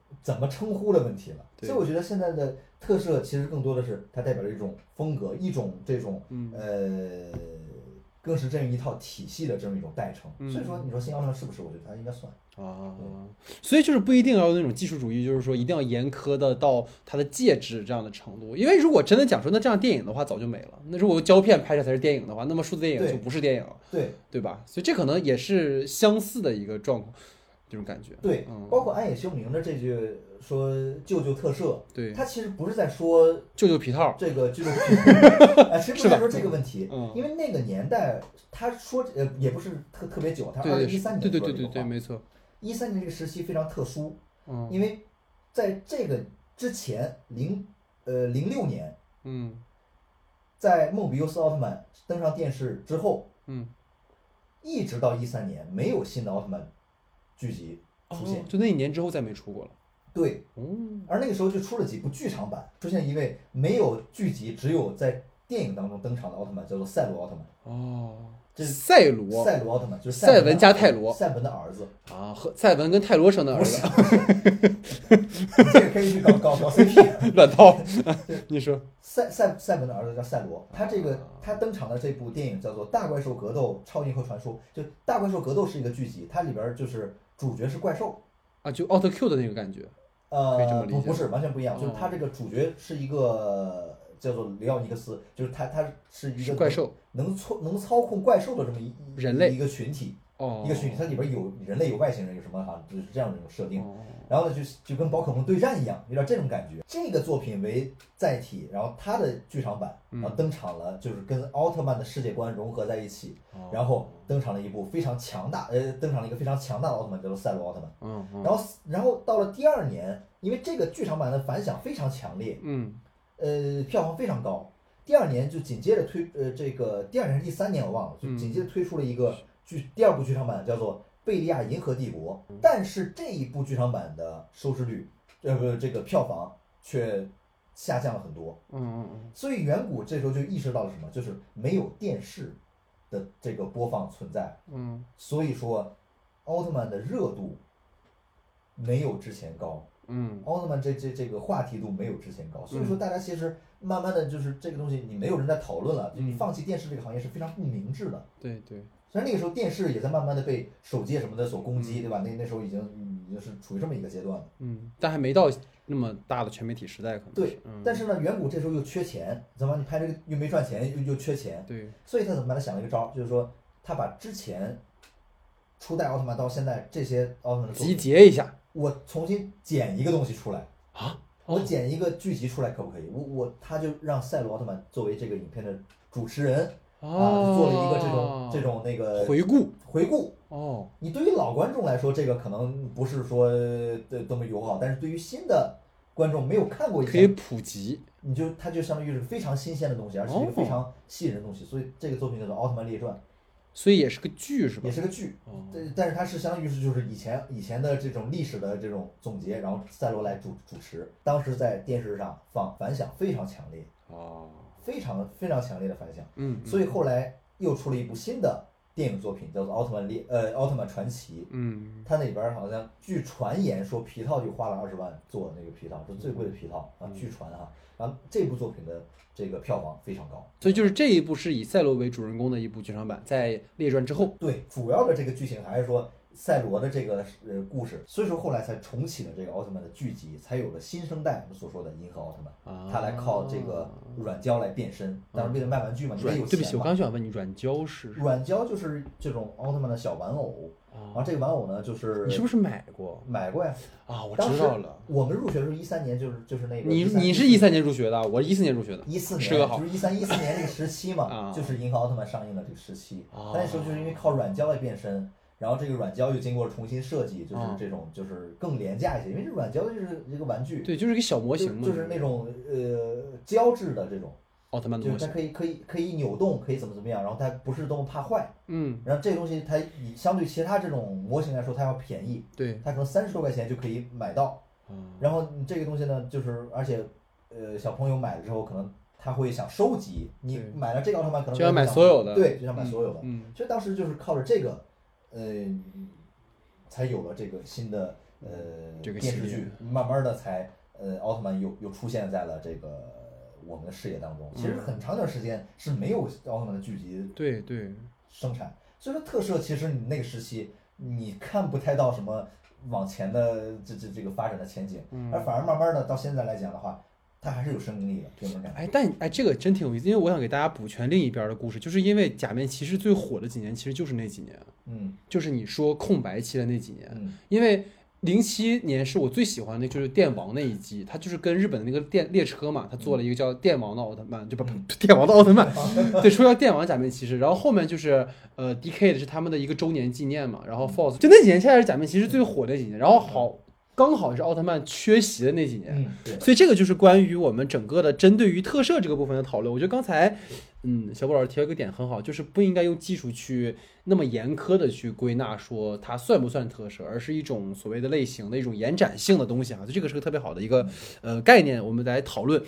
怎么称呼的问题了。 对所以我觉得现在的特摄其实更多的是它代表了一种风格，一种这种、 嗯、 呃，更是这样一套体系的这么一种代称。 嗯、 所以说，你说新奥特曼是不是？我觉得它应该算啊。所以就是不一定要有那种技术主义，就是说一定要严苛的到它的介质这样的程度。因为如果真的讲说那这样电影的话，早就没了。那如果胶片拍摄才是电影的话，那么数字电影就不是电影了， 对对吧？所以这可能也是相似的一个状况。这种感觉， 对， 嗯、 包括安野秀明的这句说“救救特摄”， 对， 他其实不是在说救救皮套这个救救皮套，哎，其实不是在说这个问题， 嗯、 因为那个年代他说呃也不是特特别久，他二零一三年对对对对对，没错， 一三年这个时期非常特殊， 嗯， 因为在这个之前零呃零六年， 嗯， 在梦比优斯奥特曼登上电视之后， 嗯， 一直到一三年没有新的奥特曼剧集出现、 哦，就那一年之后再没出过了。 对， 嗯， 而那个时候就出了几部剧场版，出现一位没有剧集，只有在电影当中登场的奥特曼，叫做赛罗奥特曼。 哦， 这是赛罗， 赛罗奥特曼就是赛文加泰罗， 赛文的儿子啊，和赛文跟泰罗生的儿子。 你这个可以去搞搞搞 C P， 乱套。你说赛赛赛文的儿子叫赛罗，他这个他登场的这部电影叫做《大怪兽格斗：超银河传说》，就《大怪兽格斗》是一个剧集，它里边就是主角是怪兽啊，就奥特 Q 的那个感觉。 呃，不不是完全不一样， 哦、 就是他这个主角是一个叫做雷奥尼克斯，就是他他是一个怪兽， 能操能操控怪兽的这么一人类一个群体， 哦， 一个群体，它里边有人类有外星人有什么哈，就是这样的一种设定。 哦、 然后呢，就就跟宝可梦对战一样，有点这种感觉。这个作品为载体，然后它的剧场版，然后登场了，就是跟奥特曼的世界观融合在一起， 哦、 然后登场了一部非常强大，呃，登场了一个非常强大的奥特曼，叫做赛罗奥特曼。 嗯嗯、 然后然后到了第二年，因为这个剧场版的反响非常强烈， 嗯， 呃，票房非常高。第二年就紧接着推，呃，这个第二年还是第三年我忘了，就紧接着推出了一个剧、第二部剧场版，叫做《贝利亚银河帝国》。但是这一部剧场版的收视率，呃不，这个票房却下降了很多。 嗯嗯嗯。 所以远古这时候就意识到了什么，就是没有电视的这个播放存在。 嗯。 所以说，奥特曼的热度没有之前高。 嗯， 奥特曼这这这个话题度没有之前高，所以说大家其实慢慢的就是这个东西，你没有人在讨论了，就你放弃电视这个行业是非常不明智的。 对对。 虽然那个时候电视也在慢慢的被首届什么的所攻击，对吧？那那时候已经已经是处于这么一个阶段了。 嗯，但还没到那么大的全媒体时代，可能。 对，但是呢，远古这时候又缺钱，怎么你拍这个又没赚钱，又又缺钱。 对。 所以他怎么办？他想了一个招，就是说他把之前初代奥特曼到现在这些奥特曼的集结一下。 我重新剪一个东西出来啊！ 我剪一个剧集出来可不可以？我我他就让赛罗奥特曼作为这个影片的主持人、 哦、 啊，就做了一个这种这种那个回顾回顾。 哦， 你对于老观众来说，这个可能不是说的多么友好，但是对于新的观众没有看过以前， 可以普及， 你就它就相当于是非常新鲜的东西，而且是一个非常吸引人的东西。所以这个作品叫做《奥特曼列传》。 所以也是个剧是吧？ 也是个剧，哦、但是它是相当于是就是以前以前的这种历史的这种总结，然后赛罗来主主持，当时在电视上放反响非常强烈， 哦， 非常非常强烈的反响， 嗯， 所以后来又出了一部新的电影作品，叫做《奥特曼列呃奥特曼传奇》， 嗯， 它那里边好像据传言说皮套就花了二十万做那个皮套，是最贵的皮套啊，据传哈，然后这部作品的这个票房非常高， 所以就是这一部是以赛罗为主人公的一部剧场版，在列传之后， 对，主要的这个剧情还是说赛罗的这个呃故事，所以说后来才重启了这个奥特曼的剧集，才有了新生代我们所说的银河奥特曼， 啊、 他来靠这个软胶来变身，当然为了卖玩具嘛，你也有钱嘛。 对不起，我刚想问你，软胶是？ 软胶就是这种奥特曼的小玩偶。然后这个玩偶呢，就是你是不是买过？ 买过呀！ 啊，我知道了。 我们入学的时候一三年，就是就是那个你你是一三年入学的，我一四年入学的。 一四年是个好， 就是一三一四年这个时期嘛， 啊、 就是银河奥特曼上映的这个时期。 啊、 那时候就是因为靠软胶来变身，然后这个软胶又经过了重新设计，就是这种就是更廉价一些，因为这软胶就是一个玩具， 对，就是一个小模型嘛， 就, 就是那种呃胶质的这种。 奥特曼的模型， 就是它可以可以可以扭动，可以怎么怎么样，然后它不是多么怕坏， 嗯， 然后这个东西它以相对其他这种模型来说，它要便宜， 对， 它可能三十多块钱就可以买到， 嗯， 然后这个东西呢，就是而且呃小朋友买了之后，可能他会想收集，你买了这个奥特曼可能就要买所有的， 对，就想买所有的， 嗯， 所以当时就是靠着这个，呃， 才有了这个新的呃这个电视剧，慢慢的才呃奥特曼又又出现在了这个我们的视野当中。其实很长一段时间是没有奥特曼的剧集对对生产，所以说特摄其实你那个时期你看不太到什么往前的这这这个发展的前景，而反而慢慢的到现在来讲的话，它还是有生命力的，给我们感觉。 哎，但哎，这个真挺有意思，因为我想给大家补全另一边的故事，就是因为假面骑士最火的几年，其实就是那几年， 嗯， 就是你说空白期的那几年， 嗯， 因为零七年是我最喜欢的，就是电王那一季，他就是跟日本的那个电列车嘛，他做了一个叫电王的奥特曼，就不电王的奥特曼，对，说叫电王假面骑士，然后后面就是呃 D K 的是他们的一个周年纪念嘛，然后 Force 就那几年，现在是假面骑士最火的几年，然后好。刚好是奥特曼缺席的那几年， 嗯， 所以这个就是关于我们整个的针对于特摄这个部分的讨论。我觉得刚才，嗯，小布老师提到一个点很好，就是不应该用技术去那么严苛的去归纳说它算不算特摄，而是一种所谓的类型的一种延展性的东西啊。就这个是个特别好的一个呃概念，我们来讨论。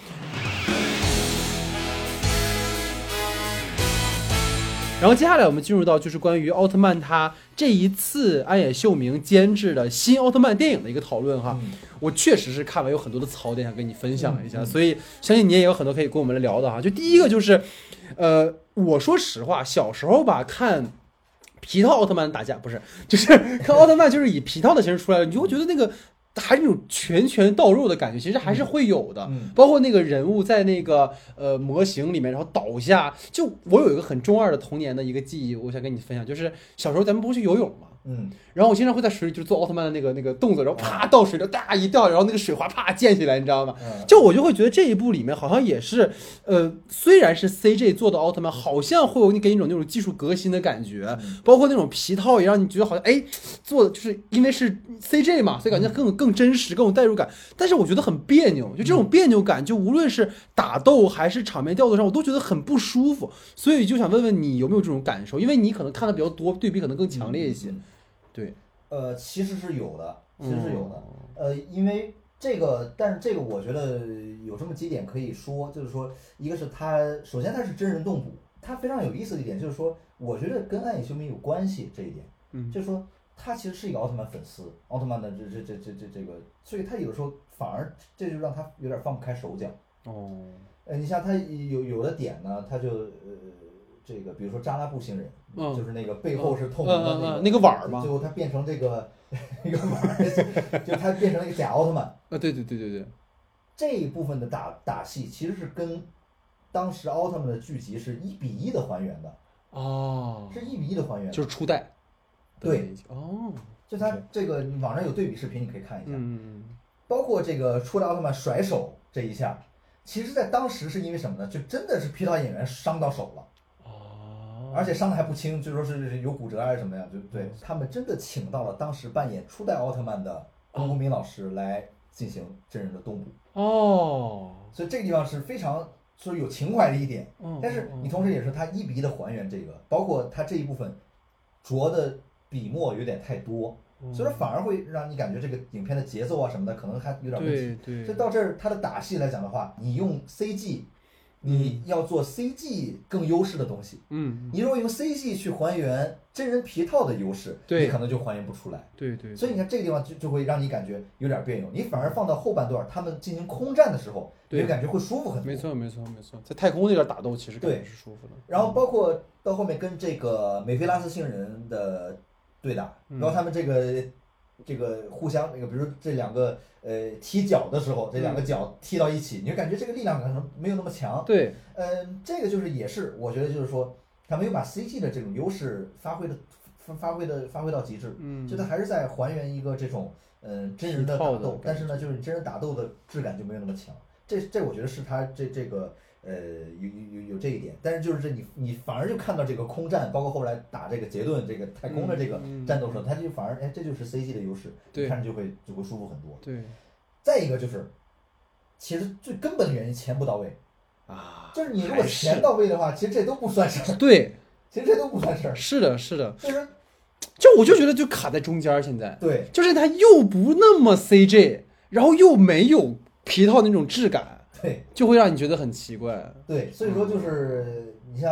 然后接下来我们进入到就是关于奥特曼他这一次安野秀明监制的新奥特曼电影的一个讨论哈， 嗯、 我确实是看完有很多的槽点想跟你分享一下， 嗯嗯、 所以相信你也有很多可以跟我们来聊的哈。就第一个就是，呃，我说实话，小时候吧看皮套奥特曼打架不是，就是看奥特曼就是以皮套的形式出来了，你就会觉得那个。还是那种拳拳到肉的感觉，其实还是会有的。 嗯、 包括那个人物在那个呃模型里面，然后倒下。就我有一个很中二的童年的一个记忆，我想跟你分享，就是小时候咱们不是去游泳嘛， 嗯， 然后我经常会在水里就做奥特曼的那个那个动作，然后啪倒水里哒一掉，然后那个水花啪溅起来，你知道吗？就我就会觉得这一部里面好像也是，呃，虽然是 C G 做的奥特曼，好像会有你给你一种那种技术革新的感觉，包括那种皮套也让你觉得好像哎做的就是因为是 C G 嘛，所以感觉更更真实，更有代入感。但是我觉得很别扭，就这种别扭感，就无论是打斗还是场面调度上，我都觉得很不舒服。所以就想问问你有没有这种感受？因为你可能看的比较多，对比可能更强烈一些。 嗯、 对。 呃，其实是有的，其实是有的。呃，因为这个，但是这个我觉得有这么几点可以说，就是说，一个是它，首先它是真人动捕，它非常有意思的一点就是说，我觉得跟安野秀明有关系这一点， 嗯， 就是说他其实是一个奥特曼粉丝，奥特曼的这这这这这这个，所以他有时候反而这就让他有点放不开手脚。 哦， 呃，你像他有有的点呢，他就呃。这个比如说扎拉布星人， 嗯、 就是那个背后是透明的那个、 嗯嗯嗯、那个碗嘛， 最后他变成这个那个碗，就他变成了一个假奥特曼。 啊，对对对对对， 这一部分的打打戏其实是跟当时奥特曼的剧集是一比一的还原的。 哦， 是一比一的还原， 就是初代。 对， 哦， 就他这个网上有对比视频，你可以看一下。 嗯， 包括这个初代奥特曼甩手这一下，其实在当时是因为什么呢？就真的是皮套演员伤到手了。而且伤的还不轻，就说是有骨折还是什么样，就对他们真的请到了当时扮演初代奥特曼的宫宫明老师来进行真人的动捕。 哦， 所以这个地方是非常说有情怀的一点。 嗯， 但是你同时也是他一比一的还原这个，包括他这一部分着的笔墨有点太多， 嗯、 所以说反而会让你感觉这个影片的节奏啊什么的可能还有点问题。 对对。 所以到这儿他的打戏来讲的话，你用 C G。你要做 C G 更优势的东西， 嗯， 你如果用 C G 去还原真人皮套的优势， 对， 你可能就还原不出来。 对 对, 对。 所以你看这个地方就就会让你感觉有点别扭，你反而放到后半段，他们进行空战的时候，你就感觉会舒服很多。 没错没错没错，在太空那边打斗其实感觉是舒服的。 然后包括到后面跟这个美菲拉斯星人的对打， 嗯、 然后他们这个这个互相那个，比如说这两个。呃，踢脚的时候，这两个脚踢到一起，嗯、你就感觉这个力量可能没有那么强。 对， 嗯、呃，这个就是也是我觉得就是说，他没有把 C G 的这种优势发挥的发发挥的发挥到极致。 嗯， 就他还是在还原一个这种嗯、呃、真人的打斗，但是呢，就是真人打斗的质感就没有那么强。这这我觉得是他这这个呃有有有这一点，但是就是这你你反而就看到这个空战，包括后来打这个杰顿这个太空的这个战斗时候，他、嗯嗯、就反而哎这就是 C G 的优势，你看着就会就会舒服很多。 对。 再一个就是，其实最根本的原因钱不到位啊， 就是你如果钱到位的话，其实这都不算事儿。 对， 其实这都不算事儿。 是的，是的。 就是， 就我就觉得就卡在中间现在。 对， 就是它又不那么 C G， 然后又没有皮套那种质感， 对， 就会让你觉得很奇怪。 对，所以说就是、嗯、你像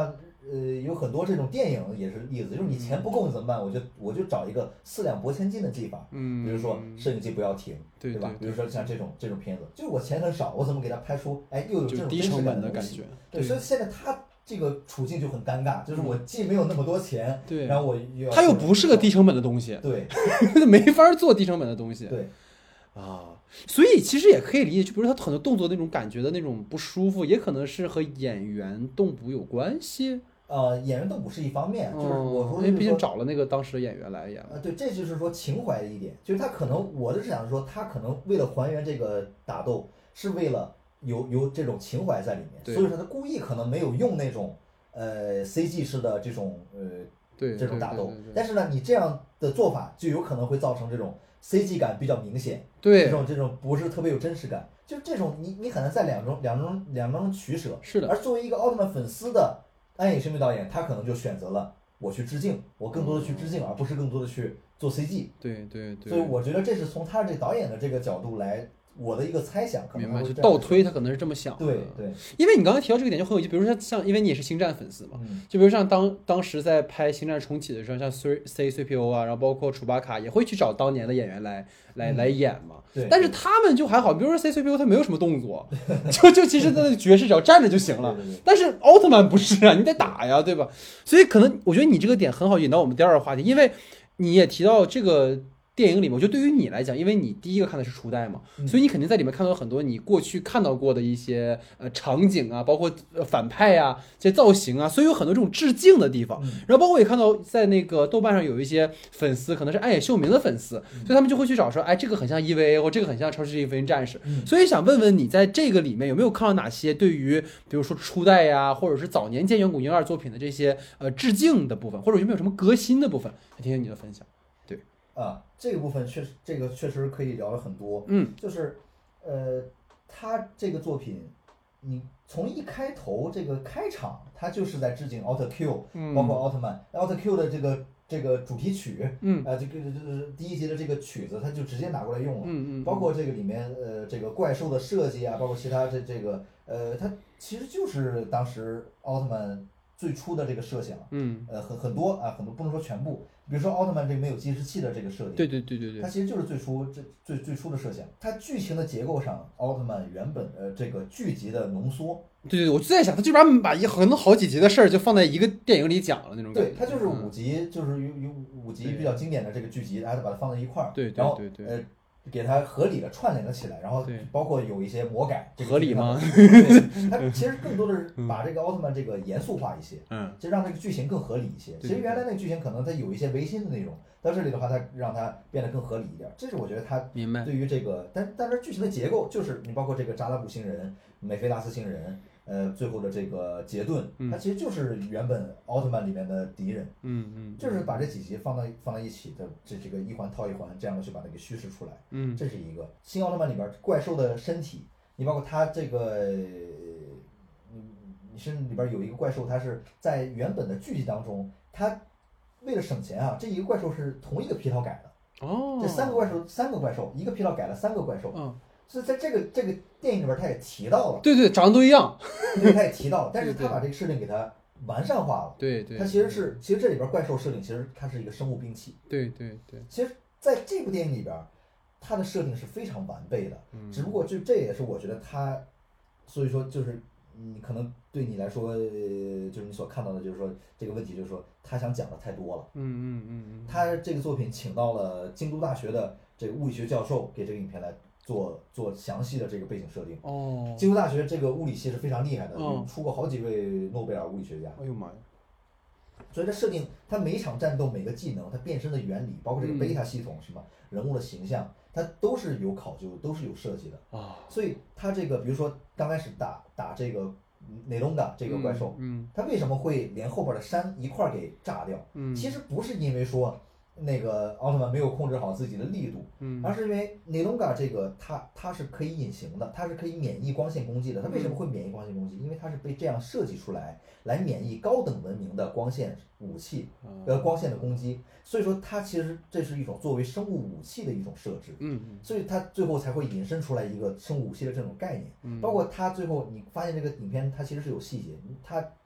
呃有很多这种电影也是例子，就是你钱不够你怎么办？我就我就找一个四两拨千斤的技法， 嗯， 比如说摄影机不要停， 对吧？ 对比如说像这种这种片子，就是我钱很少，我怎么给它拍出哎又有这种低成本的感感觉？ 对，所以现在他这个处境就很尴尬，就是我既没有那么多钱， 对， 然后我又他又不是个低成本的东西， 对， 没法做低成本的东西， 对， 啊。所以其实也可以理解，就比如说他很多动作那种感觉的那种不舒服，也可能是和演员动捕有关系。 呃，演员动捕是一方面，就是我说， 因为毕竟找了那个当时的演员来演。 啊，对，这就是说情怀的一点，就是他可能我的是想说，他可能为了还原这个打斗，是为了有有这种情怀在里面，所以说他故意可能没有用那种呃 C G 式的这种呃对这种打斗， 对对对对但是呢，你这样的做法就有可能会造成这种 C G 感比较明显， 对， 这种这种不是特别有真实感，就这种你你很难在两种两种两种取舍。 是的。 而作为一个奥特曼粉丝的安野秀明导演，他可能就选择了我去致敬，我更多的去致敬，而不是更多的去做 C G。 对对对。 所以我觉得这是从他这导演的这个角度来。我的一个猜想，可能明白，就倒推他可能是这么想的。 对对， 因为你刚刚提到这个点就很有意思，比如说像像，因为你也是星战粉丝嘛， 嗯、 就比如像当当时在拍星战重启的时候，像 C C C P O 啊，然后包括楚巴卡也会去找当年的演员来来、嗯、来演嘛。 对。 但是他们就还好，比如说 C C P O 他没有什么动作，就就其实他的角色只要站着就行了。 对对对， 但是奥特曼不是啊，你得打呀，对吧？所以可能我觉得你这个点很好引到我们第二个话题，因为你也提到这个。电影里面，我觉得对于你来讲，因为你第一个看的是初代嘛， 嗯、 所以你肯定在里面看到很多你过去看到过的一些呃场景啊，包括反派啊、这些造型啊，所以有很多这种致敬的地方。 嗯、 然后包括也看到在那个豆瓣上有一些粉丝，可能是安野秀明的粉丝， 嗯、 所以他们就会去找说，哎，这个很像 E V A， 或这个很像超级英雄战士。 嗯、 所以想问问你，在这个里面有没有看到哪些对于比如说初代呀、啊，或者是早年间远古婴儿作品的这些呃致敬的部分，或者有没有什么革新的部分？听听你的分享。对。 啊，这个部分确实，这个确实可以聊了很多。 嗯， 就是，呃，他这个作品，你从一开头这个开场，他就是在致敬奥特 Q，、嗯、包括奥特曼，奥特 Q 的这个这个主题曲， 嗯， 呃，这个就是第一集的这个曲子，他就直接拿过来用了。 嗯嗯。 包括这个里面，呃，这个怪兽的设计啊，包括其他这这个，呃，它其实就是当时奥特曼最初的这个设想。 嗯。 呃，很很多啊，很多不能说全部。比如说奥特曼这个没有计时器的这个设定， 对对对对对， 它其实就是最初这最最初的设想。它剧情的结构上，奥特曼原本呃这个剧集的浓缩。 对对，我就在想，他就把把一很多好几集的事儿就放在一个电影里讲了那种感觉。 对，它就是五集，嗯、就是有有五集比较经典的这个剧集，然后把它放在一块儿， 对， 然后对对呃给它合理的串联了起来，然后包括有一些魔改，这个、 合理吗？ 对，它其实更多的是把这个奥特曼这个严肃化一些， 嗯， 就让这个剧情更合理一些。其实原来那个剧情可能它有一些违心的内容。到这里的话，它让它变得更合理一点，这是我觉得它对于这个，但但是剧情的结构就是你包括这个扎拉布星人、美菲拉斯星人，呃，最后的这个杰顿，它其实就是原本奥特曼里面的敌人， 嗯嗯， 就是把这几集放到放在一起的，这这个一环套一环，这样的去把它给叙事出来， 嗯， 这是一个新奥特曼里边怪兽的身体，你包括它这个，你你身里边有一个怪兽，它是在原本的剧集当中，它。为了省钱啊，这一个怪兽是同一个皮套改的。 哦， 这三个怪兽，三个怪兽，一个皮套改了三个怪兽。 嗯， 所以在这个这个电影里边，他也提到了。 对对，长得都一样。 对，他也提到了，但是他把这个设定给它完善化了。 对对。 它其实是，其实这里边怪兽设定其实它是一个生物兵器。 对对对。 其实在这部电影里边，它的设定是非常完备的。嗯。只不过就这也是我觉得它，所以说就是。你可能对你来说，呃，就是你所看到的，就是说这个问题，就是说他想讲的太多了。 嗯嗯嗯嗯。 他这个作品请到了京都大学的这个物理学教授给这个影片来做做详细的这个背景设定。 哦。 京都大学这个物理系是非常厉害的， 哦、 出过好几位诺贝尔物理学家。 哎呦妈呀！ 所以它设定，它每一场战斗、每个技能、它变身的原理，包括这个贝塔系统，什么人物的形象，它都是有考究，都是有设计的。 啊。 所以它这个，比如说刚开始打打这个内隆达这个怪兽， 嗯， 它为什么会连后边的山一块给炸掉？ 嗯， 其实不是因为说那个奥特曼没有控制好自己的力度， 嗯， 而是因为内隆达这个它它是可以隐形的，它是可以免疫光线攻击的。它为什么会免疫光线攻击？因为它是被这样设计出来，来免疫高等文明的光线武器，呃，光线的攻击。所以说它其实这是一种作为生物武器的一种设置， 嗯， 所以它最后才会引申出来一个生物武器的这种概念。包括它最后你发现这个影片它其实是有细节，它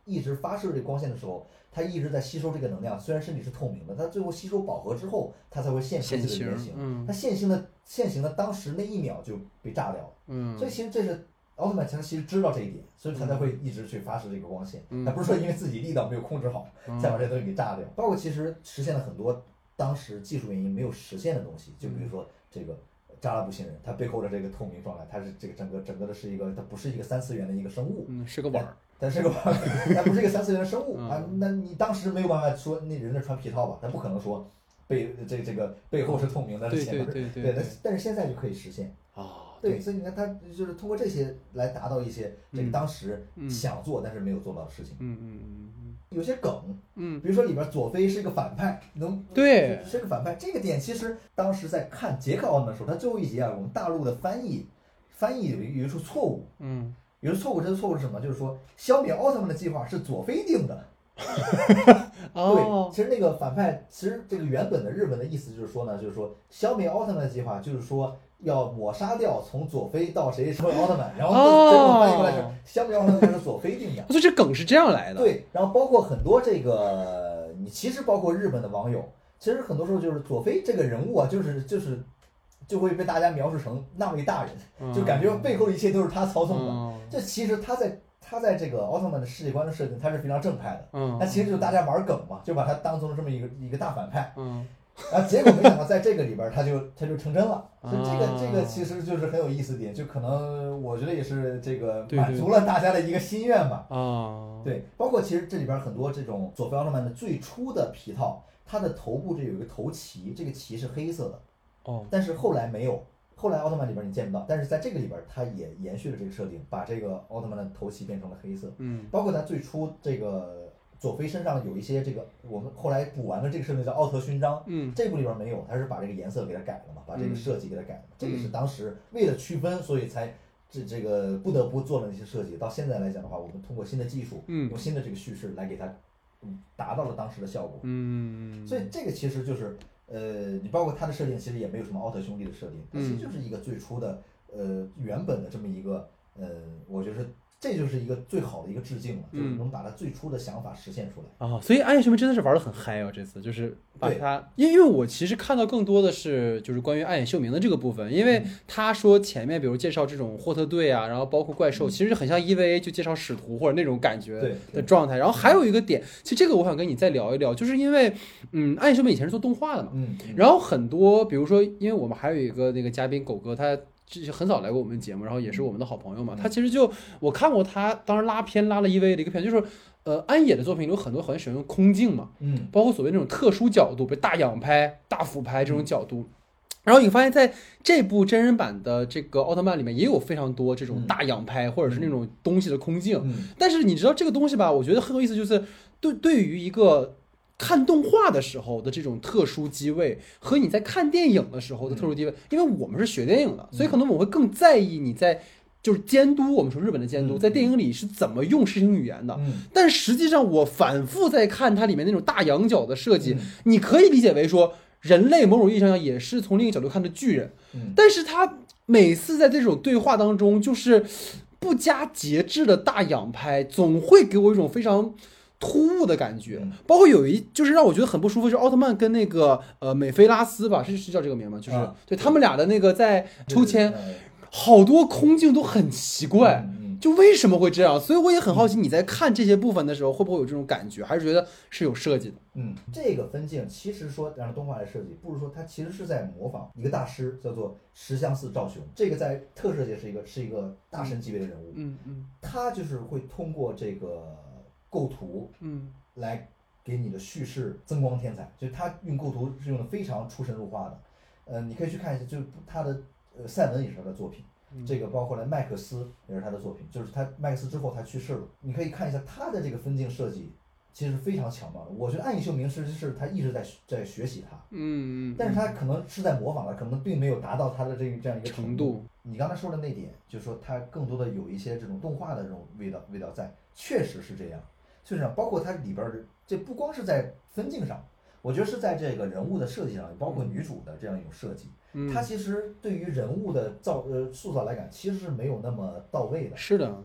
一直发射这光线的时候，它一直在吸收这个能量，虽然身体是透明的，它最后吸收饱和之后，它才会现出自己的原型。 嗯， 它现形的现形的当时那一秒就被炸掉了。 嗯， 所以其实这是奥特曼他其实知道这一点，所以他才会一直去发射这个光线。 嗯， 他不是说因为自己力道没有控制好， 嗯、 再把这东西给炸掉。包括其实实现了很多当时技术原因没有实现的东西，就比如说这个扎拉布星人，它背后的这个透明状态，它是这个整个整个的是一个，它不是一个三次元的一个生物， 嗯，是个碗儿。 它是个碗儿，它不是一个三次元的生物、嗯、啊！那你当时没有办法说那人在穿皮套吧？他不可能说背这这个背后是透明的， 对前面对对 对, 对, 对但是现在就可以实现啊。 对，所以你看他就是通过这些来达到一些这个当时想做、嗯、但是没有做到的事情。 嗯嗯嗯有些梗， 嗯， 比如说里边佐菲是一个反派，能对是个反派，这个点其实当时在看杰克奥特曼的时候，他最后一节啊，我们大陆的翻译翻译有一有一处错误， 嗯。 有的错误，这个错误是什么？就是说，消灭奥特曼的计划是佐菲定的。 哦、 对，其实那个反派，其实这个原本的日文的意思就是说呢，就是说消灭奥特曼的计划，就是说要抹杀掉从佐菲到谁成为奥特曼，然后最后翻译过来是消灭奥特曼是佐菲定的。 所以这梗是这样来的。 对，然后包括很多这个，你其实包括日本的网友，其实很多时候就是佐菲这个人物啊，就是就是。就会被大家描述成那位大人，就感觉背后一切都是他操纵的。 嗯、 这其实他在他在这个奥特曼的世界观的设定，他是非常正派的。 嗯， 他其实就是大家玩梗嘛，就把他当成了这么一个一个大反派。 嗯， 然后结果没想到在这个里边他就他就成真了。所以这个这个其实就是很有意思点，就可能我觉得也是这个满足了大家的一个心愿吧。 啊， 对，包括其实这里边很多这种佐菲奥特曼的最初的皮套，它的头部这有一个头旗，这个旗是黑色的。 哦， 但是后来没有，后来奥特曼里边你见不到，但是在这个里边，它也延续了这个设定，把这个奥特曼的头旗变成了黑色。 嗯， 包括他最初这个佐菲身上有一些这个，我们后来补完了这个设定叫奥特勋章。 嗯， 这部里边没有，他是把这个颜色给它改了嘛，把这个设计给它改了。 嗯、 这个是当时为了区分，所以才这这个不得不做了那些设计。到现在来讲的话，我们通过新的技术， 嗯， 用新的这个叙事来给它，嗯，达到了当时的效果。 嗯， 所以这个其实就是。呃，你包括它的设定，其实也没有什么奥特兄弟的设定，它其实就是一个最初的呃原本的这么一个呃，我觉得这就是一个最好的一个致敬了，就是能把它最初的想法实现出来啊。所以暗夜雄兵真的是玩得很嗨哦，这次就是把它，因为因为我其实看到更多的是就是关于暗夜秀明的这个部分，因为他说前面比如介绍这种霍特队啊，然后包括怪兽，其实很像 E V A 就介绍使徒或者那种感觉的状态。然后还有一个点，其实这个我想跟你再聊一聊，就是因为嗯，暗夜秀明以前是做动画的嘛， 嗯， 然后很多比如说，因为我们还有一个那个嘉宾狗哥，他。就是很早来过我们节目，然后也是我们的好朋友嘛。他其实就我看过他当时拉片拉了 E V A 的一个片，就是呃安野的作品里有很多很喜欢用空镜嘛， 嗯， 包括所谓那种特殊角度，比如大仰拍、大俯拍这种角度。然后你发现在这部真人版的这个奥特曼里面也有非常多这种大仰拍或者是那种东西的空镜。 嗯， 但是你知道这个东西吧？我觉得很有意思，就是对对于一个。看动画的时候的这种特殊机位和你在看电影的时候的特殊机位，因为我们是学电影的，所以可能我会更在意你在就是监督，我们说日本的监督在电影里是怎么用视听语言的。但实际上我反复在看它里面那种大仰角的设计，你可以理解为说人类某种意义上也是从另一个角度看的巨人，但是他每次在这种对话当中就是不加节制的大仰拍，总会给我一种非常突兀的感觉。包括有一就是让我觉得很不舒服，就是奥特曼跟那个呃美菲拉斯吧，是是叫这个名吗？就是、啊、对他们俩的那个在抽签，好多空镜都很奇怪， 嗯、 就为什么会这样？所以我也很好奇，你在看这些部分的时候会不会有这种感觉，还是觉得是有设计的？ 嗯，这个分镜其实说让动画来设计，不如说它其实是在模仿一个大师，叫做石相寺照雄。这个在特摄界是一个是一个大神级别的人物。 嗯嗯， 他就是会通过这个构图， 嗯， 来给你的叙事增光添彩。就是他用构图是用的非常出神入化的。呃，你可以去看一下，就是他的呃赛文也是他的作品。这个包括了麦克斯也是他的作品，就是他麦克斯之后他去世了，你可以看一下他的这个分镜设计，其实非常强大的。我觉得暗影秀明实际是他一直在在学习他， 嗯嗯， 但是他可能是在模仿他，可能并没有达到他的这这样一个程度。 你刚才说的那点，就是说他更多的有一些这种动画的这种味道味道在，确实是这样，确实这样。包括它里边的这不光是在分镜上，我觉得是在这个人物的设计上，包括女主的这样一种设计。他其实对于人物的造呃塑造来讲，其实是没有那么到位的。 是的， 他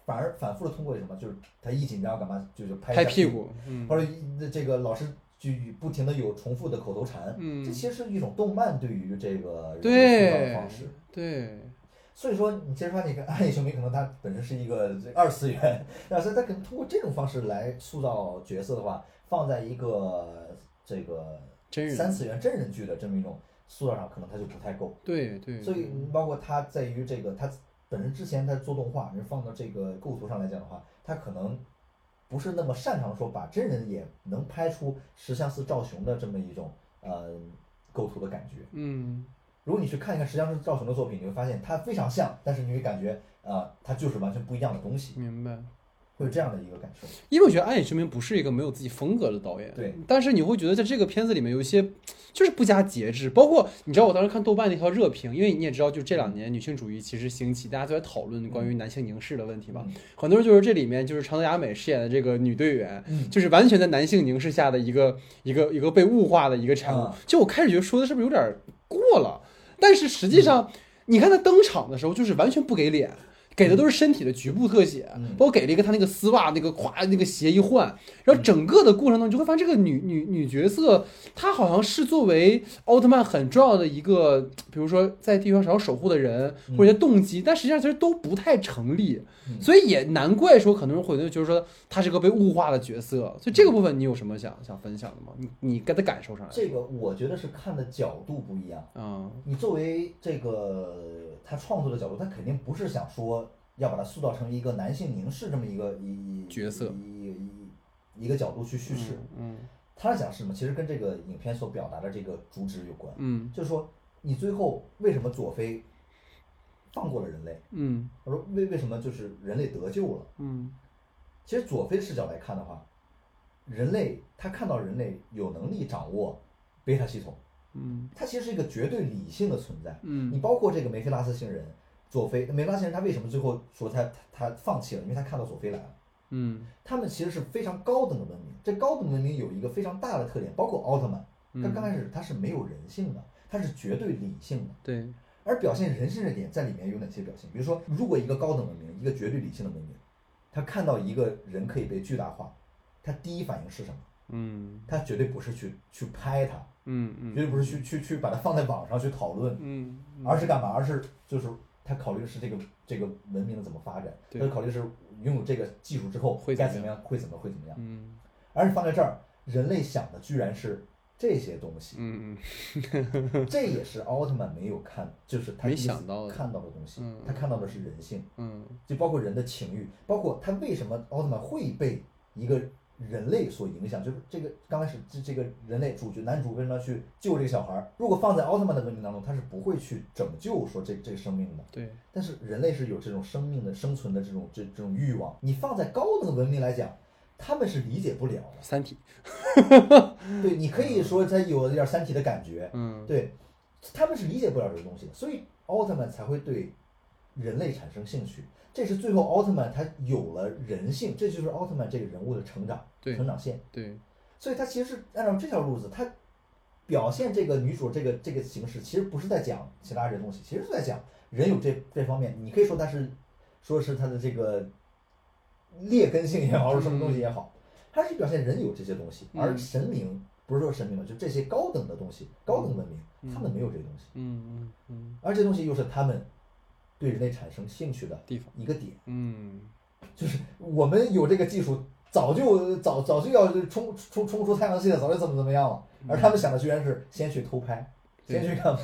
反而反复的通过什么，就是他一紧张干嘛就是拍拍屁股，嗯， 或者这个老师就不停的有重复的口头禅， 嗯， 这其实是一种动漫对于这个人对塑造的方式。 对。 所以说，你其实发现，你看《暗夜雄明》可能它本身是一个这个二次元，但是它可能通过这种方式来塑造角色的话，放在一个这个真人三次元真人剧的这么一种塑造上，可能它就不太够。 对对。 所以包括它在于这个，它本身之前它做动画，人放到这个构图上来讲的话，它可能不是那么擅长说把真人也能拍出石像寺赵雄的这么一种呃构图的感觉。 嗯。 如果你去看一看石像寺赵雄的作品，你会发现它非常像，但是你会感觉啊、呃，它就是完全不一样的东西。 明白。 会有这样的一个感受。 因为我觉得《暗夜雄明》不是一个没有自己风格的导演， 对。 但是你会觉得在这个片子里面有一些就是不加节制，包括你知道我当时看豆瓣那条热评，因为你也知道，就这两年女性主义其实兴起，大家都在讨论关于男性凝视的问题嘛。 嗯、 很多人就是这里面就是长泽雅美饰演的这个女队员， 嗯、 就是完全在男性凝视下的一个一个一个被物化的一个产物。 嗯、 就我开始觉得说的是不是有点过了？但是实际上，嗯、你看他登场的时候，就是完全不给脸。给的都是身体的局部特写，包括给了一个他那个丝袜那个咵那个鞋一换，然后整个的过程中你就会发现这个女女女角色她好像是作为奥特曼很重要的一个，比如说在地球上守护的人或者动机，但实际上其实都不太成立，所以也难怪说很多人会就是说他是个被物化的角色。所以这个部分你有什么想想分享的吗？你你跟他感受上来？ 这个我觉得是看的角度不一样啊。你作为这个他创作的角度，他肯定不是想说要把它塑造成一个男性凝视这么一个一角色一一一个角度去叙事。 嗯， 他想是什么？其实跟这个影片所表达的这个主旨有关。 嗯， 就是说你最后为什么佐菲放过了人类？ 嗯， 他说为为什么就是人类得救了？ 嗯， 其实佐菲视角来看的话，人类他看到人类有能力掌握贝塔系统。 嗯， 它其实是一个绝对理性的存在。 嗯， 你包括这个梅菲拉斯星人佐菲，梅菲拉斯星人他为什么最后说他他放弃了？因为他看到佐菲来了。 嗯， 他们其实是非常高等的文明。这高等文明有一个非常大的特点，包括奥特曼，他刚开始他是没有人性的，他是绝对理性的。 对。 而表现人性的点在里面有哪些表现？比如说，如果一个高等文明，一个绝对理性的文明，他看到一个人可以被巨大化，他第一反应是什么？ 嗯， 他绝对不是去去拍他。 嗯嗯， 绝对不是去去去把它放在网上去讨论， 嗯，嗯而是干嘛？而是就是他考虑的是这个这个文明的怎么发展，他考虑的是拥有这个技术之后该怎么样，会怎么会怎么样。 嗯， 而是放在这儿，人类想的居然是这些东西。 嗯嗯，这也是奥特曼没有看，就是他没想到看到的东西。 嗯， 他看到的是人性。 嗯， 就包括人的情欲，包括他为什么奥特曼会被一个人类所影响，就是这个刚开始这这个人类主角男主为什么要去救这个小孩？如果放在奥特曼的文明当中，他是不会去拯救说这这个生命的。 对。但是人类是有这种生命的生存的这种这这种欲望，你放在高等文明来讲，他们是理解不了的。 三体。 对，你可以说他有点三体的感觉。 嗯。 对，他们是理解不了这个东西的，所以奥特曼才会对人类产生兴趣。这是最后奥特曼他有了人性，这就是奥特曼这个人物的成长成长线。 对， 所以他其实是按照这条路子，他表现这个女主这个这个形式，其实不是在讲其他这东西，其实是在讲人有这这方面。你可以说他是说是他的这个劣根性也好，或者什么东西也好，他是表现人有这些东西，而神明不是说神明了，就这些高等的东西，高等文明他们没有这东西。 嗯嗯嗯， 而这东西又是他们对人类产生兴趣的地方一个点。 嗯， 就是我们有这个技术，早就早早就要冲冲冲出太阳系了，早就怎么怎么样了。而他们想的居然是先去偷拍，先去干嘛？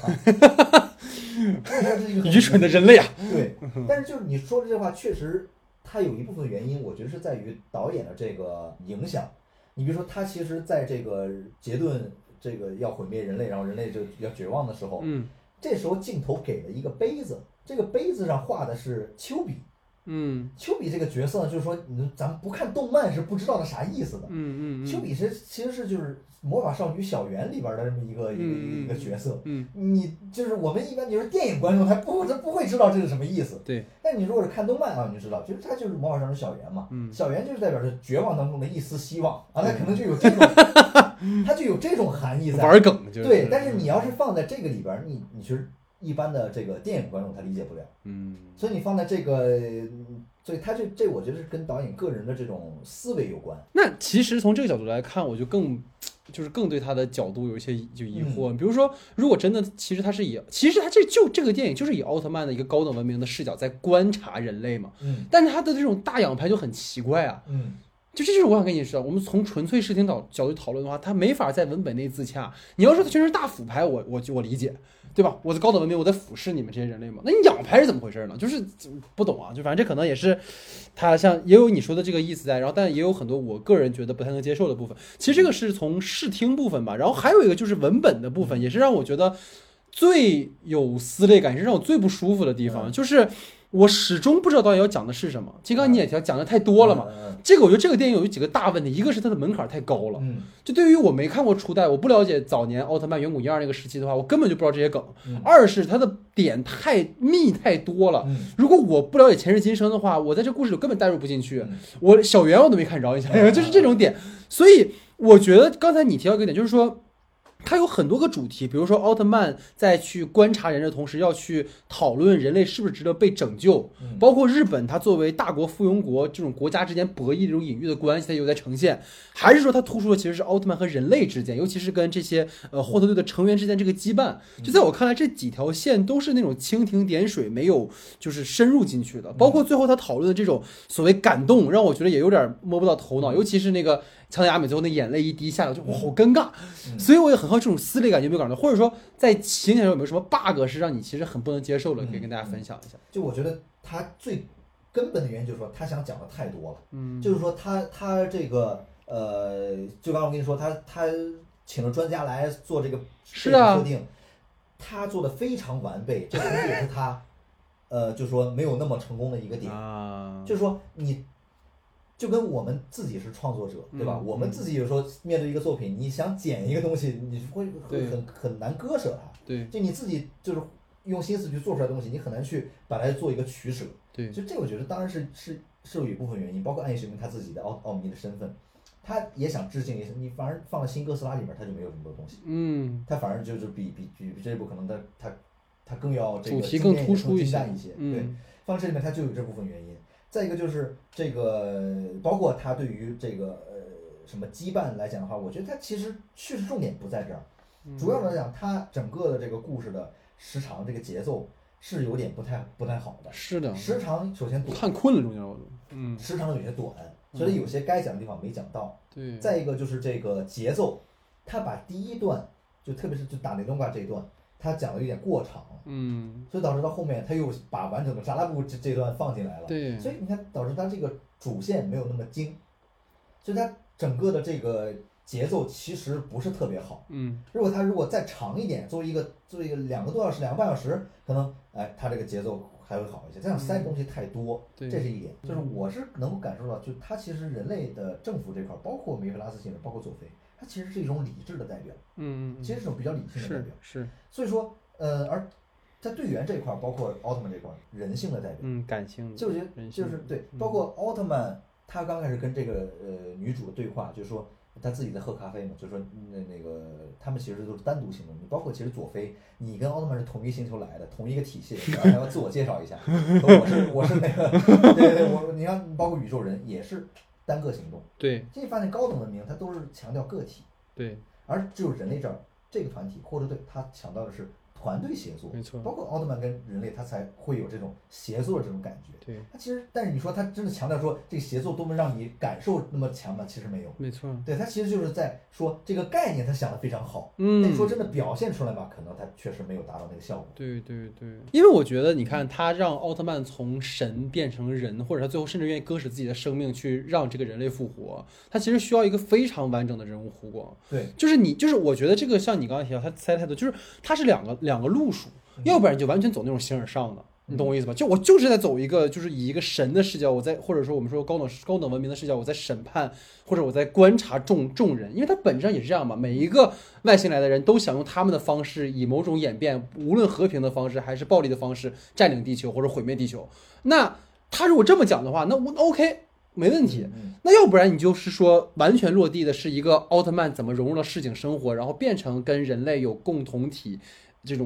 愚蠢的人类啊！ 对，但是就是你说的这话，确实它有一部分原因，我觉得是在于导演的这个影响。你比如说，他其实在这个杰顿这个要毁灭人类，然后人类就要绝望的时候， 嗯， 这时候镜头给了一个杯子。这个杯子上画的是丘比， 嗯， 丘比这个角色呢，就是说，你咱们不看动漫是不知道他啥意思的， 嗯嗯， 丘比是其实是就是魔法少女小圆里边的这么一个、嗯、一个一个角色，嗯，你就是我们一般就是电影观众，他不他不会知道这是什么意思， 对， 但你如果是看动漫啊，你就知道，就是他就是魔法少女小圆嘛，嗯，小圆就是代表着绝望当中的一丝希望啊，他可能就有这种，他就有这种含义在， 玩梗就是， 对，但是你要是放在这个里边，你你其实。 一般的这个电影观众他理解不了。 嗯， 所以你放在这个，所以他这这我觉得是跟导演个人的这种思维有关。 那其实从这个角度来看，我就更就是更对他的角度有一些就疑惑。 嗯、 比如说，如果真的其实他是以其实他这就这个电影就是以奥特曼的一个高等文明的视角在观察人类嘛， 嗯， 但是他的这种大仰拍就很奇怪啊， 嗯。 就这就是我想跟你说，我们从纯粹视听角角度讨论的话，他没法在文本内自洽。你要说他全是大俯拍，我我我理解，对吧？我的高等文明，我在俯视你们这些人类嘛。那你仰拍是怎么回事呢？就是不懂啊，就反正这可能也是他像也有你说的这个意思在，然后但也有很多我个人觉得不太能接受的部分。其实这个是从视听部分吧，然后还有一个就是文本的部分，也是让我觉得最有撕裂感，是让我最不舒服的地方，就是我始终不知道导演要讲的是什么。金刚你也讲讲的太多了嘛，这个我觉得这个电影有几个大问题，一个是它的门槛太高了，就对于我没看过初代，我不了解早年奥特曼远古一二那个时期的话，我根本就不知道这些梗。二是它的点太密太多了，如果我不了解前世今生的话，我在这故事里根本带入不进去，我小圆我都没看着，你想想就是这种点。所以我觉得刚才你提到一个点，就是说它有很多个主题，比如说奥特曼在去观察人的同时，要去讨论人类是不是值得被拯救，包括日本它作为大国附庸国这种国家之间博弈这种隐喻的关系，它有在呈现，还是说它突出的其实是奥特曼和人类之间，尤其是跟这些呃霍特队的成员之间这个羁绊。就在我看来，这几条线都是那种蜻蜓点水，没有就是深入进去的。包括最后他讨论的这种所谓感动，让我觉得也有点摸不到头脑，尤其是那个强雅美最后那眼泪一滴下来，就哇好尴尬。所以我也很好奇这种撕裂感有没有感到，或者说在情节上有没有什么 bug 是让你其实很不能接受的，可以跟大家分享一下。 就我觉得他最根本的原因就是说他想讲的太多了，嗯，就是说他他这个呃，就刚刚我跟你说，他他请了专家来做这个是啊设定，他做的非常完备，这可能也是他呃，就是说没有那么成功的一个点，啊、就是说你。就跟我们自己是创作者，对吧？嗯、我们自己有时候面对一个作品，你想剪一个东西，你会会很很难割舍它。 对， 就你自己就是用心思去做出来的东西，你很难去把它做一个取舍。 对， 就这我觉得当然是是是有一部分原因，包括暗夜雄明他自己的奥奥迷的身份，他也想致敬一下。你反而放到新哥斯拉里面，他就没有这么多东西。嗯，他反而就是比比比比这一部可能他他他更要这个主题更突出一些，一些。 嗯、 对，放这里面他就有这部分原因。再一个就是这个，包括他对于这个呃什么羁绊来讲的话，我觉得他其实叙事重点不在这儿，主要来讲，他整个的这个故事的时长、这个节奏是有点不太不太好的。 是的， 时长首先短， 看困了中间我都， 嗯，时长有些短，所以有些该讲的地方没讲到。 对。 再一个就是这个节奏，他把第一段就特别是就打雷东瓜这一段。他讲的有点过长，嗯，所以导致到后面他又把完整的扎拉布这这段放进来了， 对， 所以你看导致他这个主线没有那么精，所以他整个的这个节奏其实不是特别好，嗯，如果他如果再长一点，作为一个作为一个两个多小时、两个半小时，可能哎他这个节奏还会好一些。这样塞的东西太多， 嗯、 这是一点，就是我是能够感受到，就他其实人类的政府这块，包括梅菲拉斯星人，包括佐菲。它其实是一种理智的代表，嗯，其实是一种比较理性的代表， 是，是所以说，呃，而在队员这一块，包括奥特曼这块，人性的代表， 嗯，感性的， 就觉得就是对，包括奥特曼，他刚开始跟这个呃女主的对话，就是说他自己在喝咖啡嘛，就是说那那个他们其实都是单独行动，你包括其实佐菲，你跟奥特曼是同一星球来的，同一个体系，还要自我介绍一下，我是我是那个，对对，我你看，包括宇宙人也是。单个行动， 对， 这发现高等文明它都是强调个体， 对， 而只有人类这儿这个团体或者队，它强调的是团队协作， 没错， 包括奥特曼跟人类，它才会有这种协作的这种感觉。 对， 它其实，但是你说它真的强调说这个协作多么让你感受那么强吗？其实没有， 没错， 对，它其实就是在说这个概念，他想的非常好，嗯，但说真的表现出来吧，可能它确实没有达到那个效果。 对对对，因为我觉得你看他让奥特曼从神变成人，或者他最后甚至愿意割舍自己的生命去让这个人类复活，他其实需要一个非常完整的人物弧光。 对， 就是你，就是我觉得这个像你刚才提到，他猜太多，就是他是两个两个路数。要不然你就完全走那种形而上的，你懂我意思吧？就我就是在走一个，就是以一个神的视角，我在或者说我们说高等高等文明的视角，我在审判或者我在观察众众人，因为它本质上也是这样嘛。每一个外星来的人都想用他们的方式，以某种演变，无论和平的方式还是暴力的方式占领地球或者毁灭地球。那他如果这么讲的话，那我 OK 没问题。那要不然你就是说完全落地的是一个奥特曼怎么融入到市井生活，然后变成跟人类有共同体这种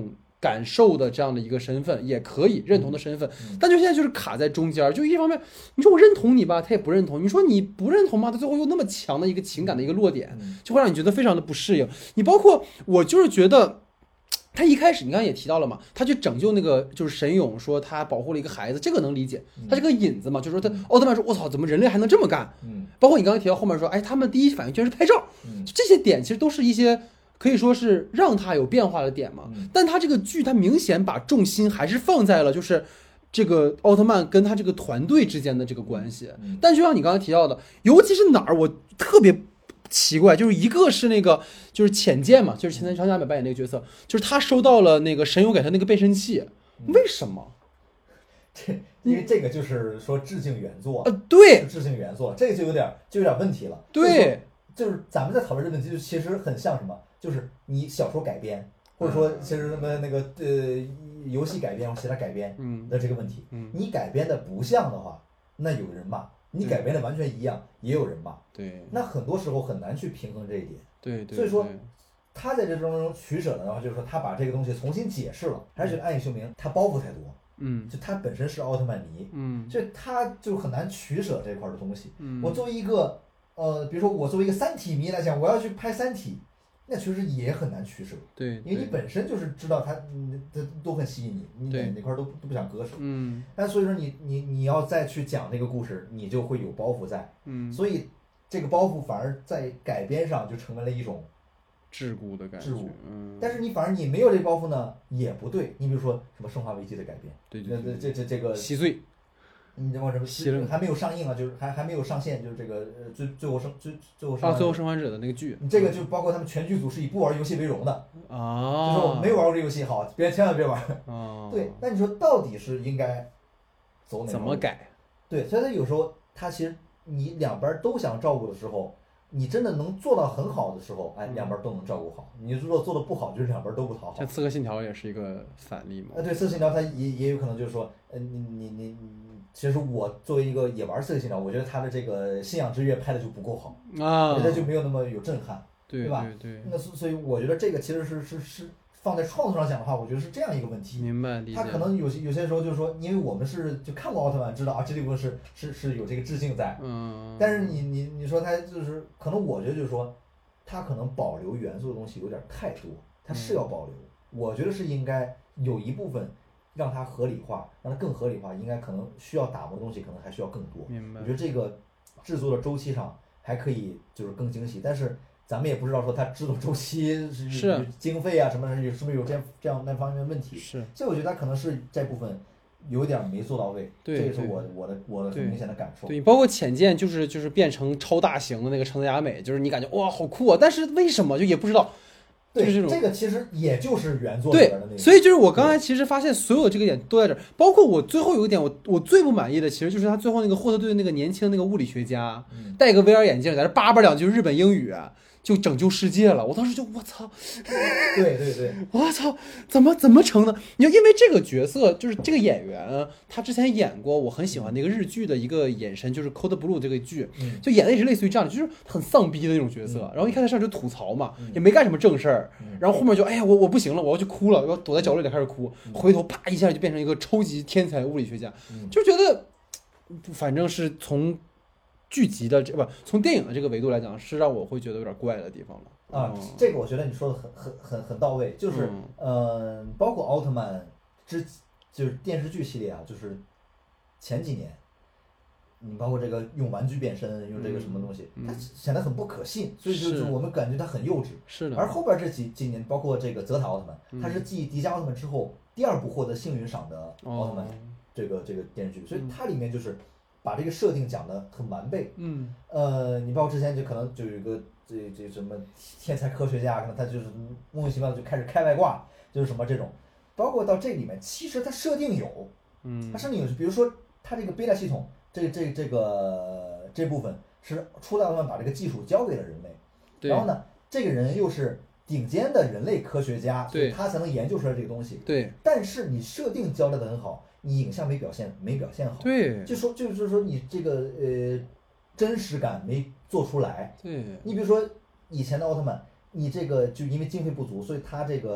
感受的这样的一个身份，也可以认同的身份， 嗯、 但就现在就是卡在中间，就一方面你说我认同你吧，他也不认同；你说你不认同吗？他最后又那么强的一个情感的一个落点，就会让你觉得非常的不适应。你包括我就是觉得。他一开始你刚才也提到了嘛，他去拯救那个就是神勇，说他保护了一个孩子，这个能理解，他是个引子嘛，就是说他奥特曼说我操，怎么人类还能这么干？嗯，包括你刚才提到后面说，哎，他们第一反应居然是拍照，嗯，这些点其实都是一些可以说是让他有变化的点嘛。嗯、但他这个剧他明显把重心还是放在了就是这个奥特曼跟他这个团队之间的这个关系。嗯、但就像你刚才提到的，尤其是哪儿我特别。奇怪，就是一个是那个就是浅见嘛，就是前田昌佳美扮演那个角色，就是他收到了那个神勇给他那个变身器，嗯、为什么？ 这因为这个就是说致敬原作， 呃，对， 致敬原作，这个就有点就有点问题了。 对， 就是、就是咱们在讨论这个问题，就其实很像什么，就是你小说改编，或者说其实什么那个呃游戏改编或其他改编的这个问题，嗯、你改编的不像的话，那有人骂。你改编的完全一样，也有人骂。 对， 那很多时候很难去平衡这一点。 对对。 所以说，他在这当中取舍的话，就是说他把这个东西重新解释了，还是觉得暗影秀明他包袱太多。嗯。就他本身是奥特曼迷。嗯。所以他就很难取舍这块的东西。嗯。我作为一个呃，比如说我作为一个三体迷来讲，我要去拍三体，那其实也很难取舍。 对。 因为你本身就是知道他，嗯，他都很吸引你，你哪哪块都都不想割舍。嗯。但所以说你你你要再去讲这个故事，你就会有包袱在。嗯。所以这个包袱反而在改编上就成为了一种桎梏的感觉。 桎梏。嗯。但是你反而你没有这个包袱呢，也不对。你比如说什么《生化危机》的改编， 对对对， 这这这个稀碎。 你什么什么还没有上映啊，就是还还没有上线，就是这个呃最最后生最最后啊最后生还者的那个剧， 你这个就包括他们全剧组是以不玩游戏为荣的啊， 就是我没玩过这游戏，好，别人千万别玩啊。对，那你说到底是应该走哪？ 怎么改？ 对，所以他有时候他其实你两边都想照顾的时候，你真的能做到很好的时候，哎，两边都能照顾好。你如果做的不好，就是两边都不讨好。 像《刺客信条》也是一个反例嘛。 啊，对，《刺客信条》它也也有可能就是说，呃，你你你你。其实我作为一个也玩刺客信条，我觉得他的这个信仰之跃拍的就不够好啊，我觉得就没有那么有震撼， 对对吧？ 对对。 那所以我觉得这个其实是是是放在创作上讲的话，我觉得是这样一个问题。 明白，理解。 他可能有些有些时候就是说，因为我们是就看过奥特曼，知道啊这里部分是是是有这个致敬在，嗯。但是你你你说他就是可能我觉得就是说，他可能保留元素的东西有点太多，他是要保留，嗯、我觉得是应该有一部分。让它合理化，让它更合理化，应该可能需要打磨的东西，可能还需要更多。 明白。 我觉得这个制作的周期上还可以，就是更精细。但是咱们也不知道说它制作周期是是经费啊什么的，是不是有这样这样那方面的问题？ 是。 所以我觉得它可能是这部分有点没做到位。 对， 这个是我我的我的很明显的感受。 对，包括浅见就是就是变成超大型的那个橙子雅美，就是你感觉哇好酷啊，但是为什么就也不知道。 对， 就是这种这个其实也就是原作里边的那个。 对，所以就是我刚才其实发现所有的这个点都在这儿，包括我最后有一点我我最不满意的，其实就是他最后那个霍特队那个年轻那个物理学家，嗯、戴个 V R 眼镜，在这叭叭两句日本英语。就拯救世界了，我当时就我操， 对对对， 我操，怎么怎么成的？你就因为这个角色，就是这个演员，他之前演过我很喜欢那个日剧的一个眼神，就是《Code Blue》这个剧，嗯、就演的也是类似于这样的，就是很丧逼的那种角色。嗯、然后一开始上就吐槽嘛，嗯、也没干什么正事儿，嗯、然后后面就哎呀我我不行了，我要去哭了，我要躲在角落里开始哭，嗯、回头啪一下就变成一个超级天才物理学家，嗯、就觉得反正是从。剧集的这不从电影的这个维度来讲，是让我会觉得有点怪的地方了啊。嗯、这个我觉得你说的很很很很到位，就是嗯、呃，包括奥特曼之就是电视剧系列啊，就是前几年，你包括这个用玩具变身，用这个什么东西，嗯、它显得很不可信，所以就是我们感觉它很幼稚。 是的。 而后边这几几年，包括这个泽塔奥特曼，嗯、它是继迪迦奥特曼之后第二部获得幸运赏的奥特曼、哦、这个这个电视剧，所以它里面就是把这个设定讲得很完备。嗯。呃，你包括之前就可能就有一个这这什么天才科学家，可能他就是莫名其妙的就开始开外挂，就是什么这种，包括到这里面，其实它设定有，嗯，它设定有，比如说它这个贝塔系统，这这这个这部分是初代奥特曼把这个技术交给了人类，然后呢，这个人又是顶尖的人类科学家，所以他才能研究出来这个东西。 对。 但是你设定交代的很好，你影像没表现没表现好。 对。 就说就是说你这个呃真实感没做出来。 对。 你比如说以前的奥特曼，你这个就因为经费不足，所以他这个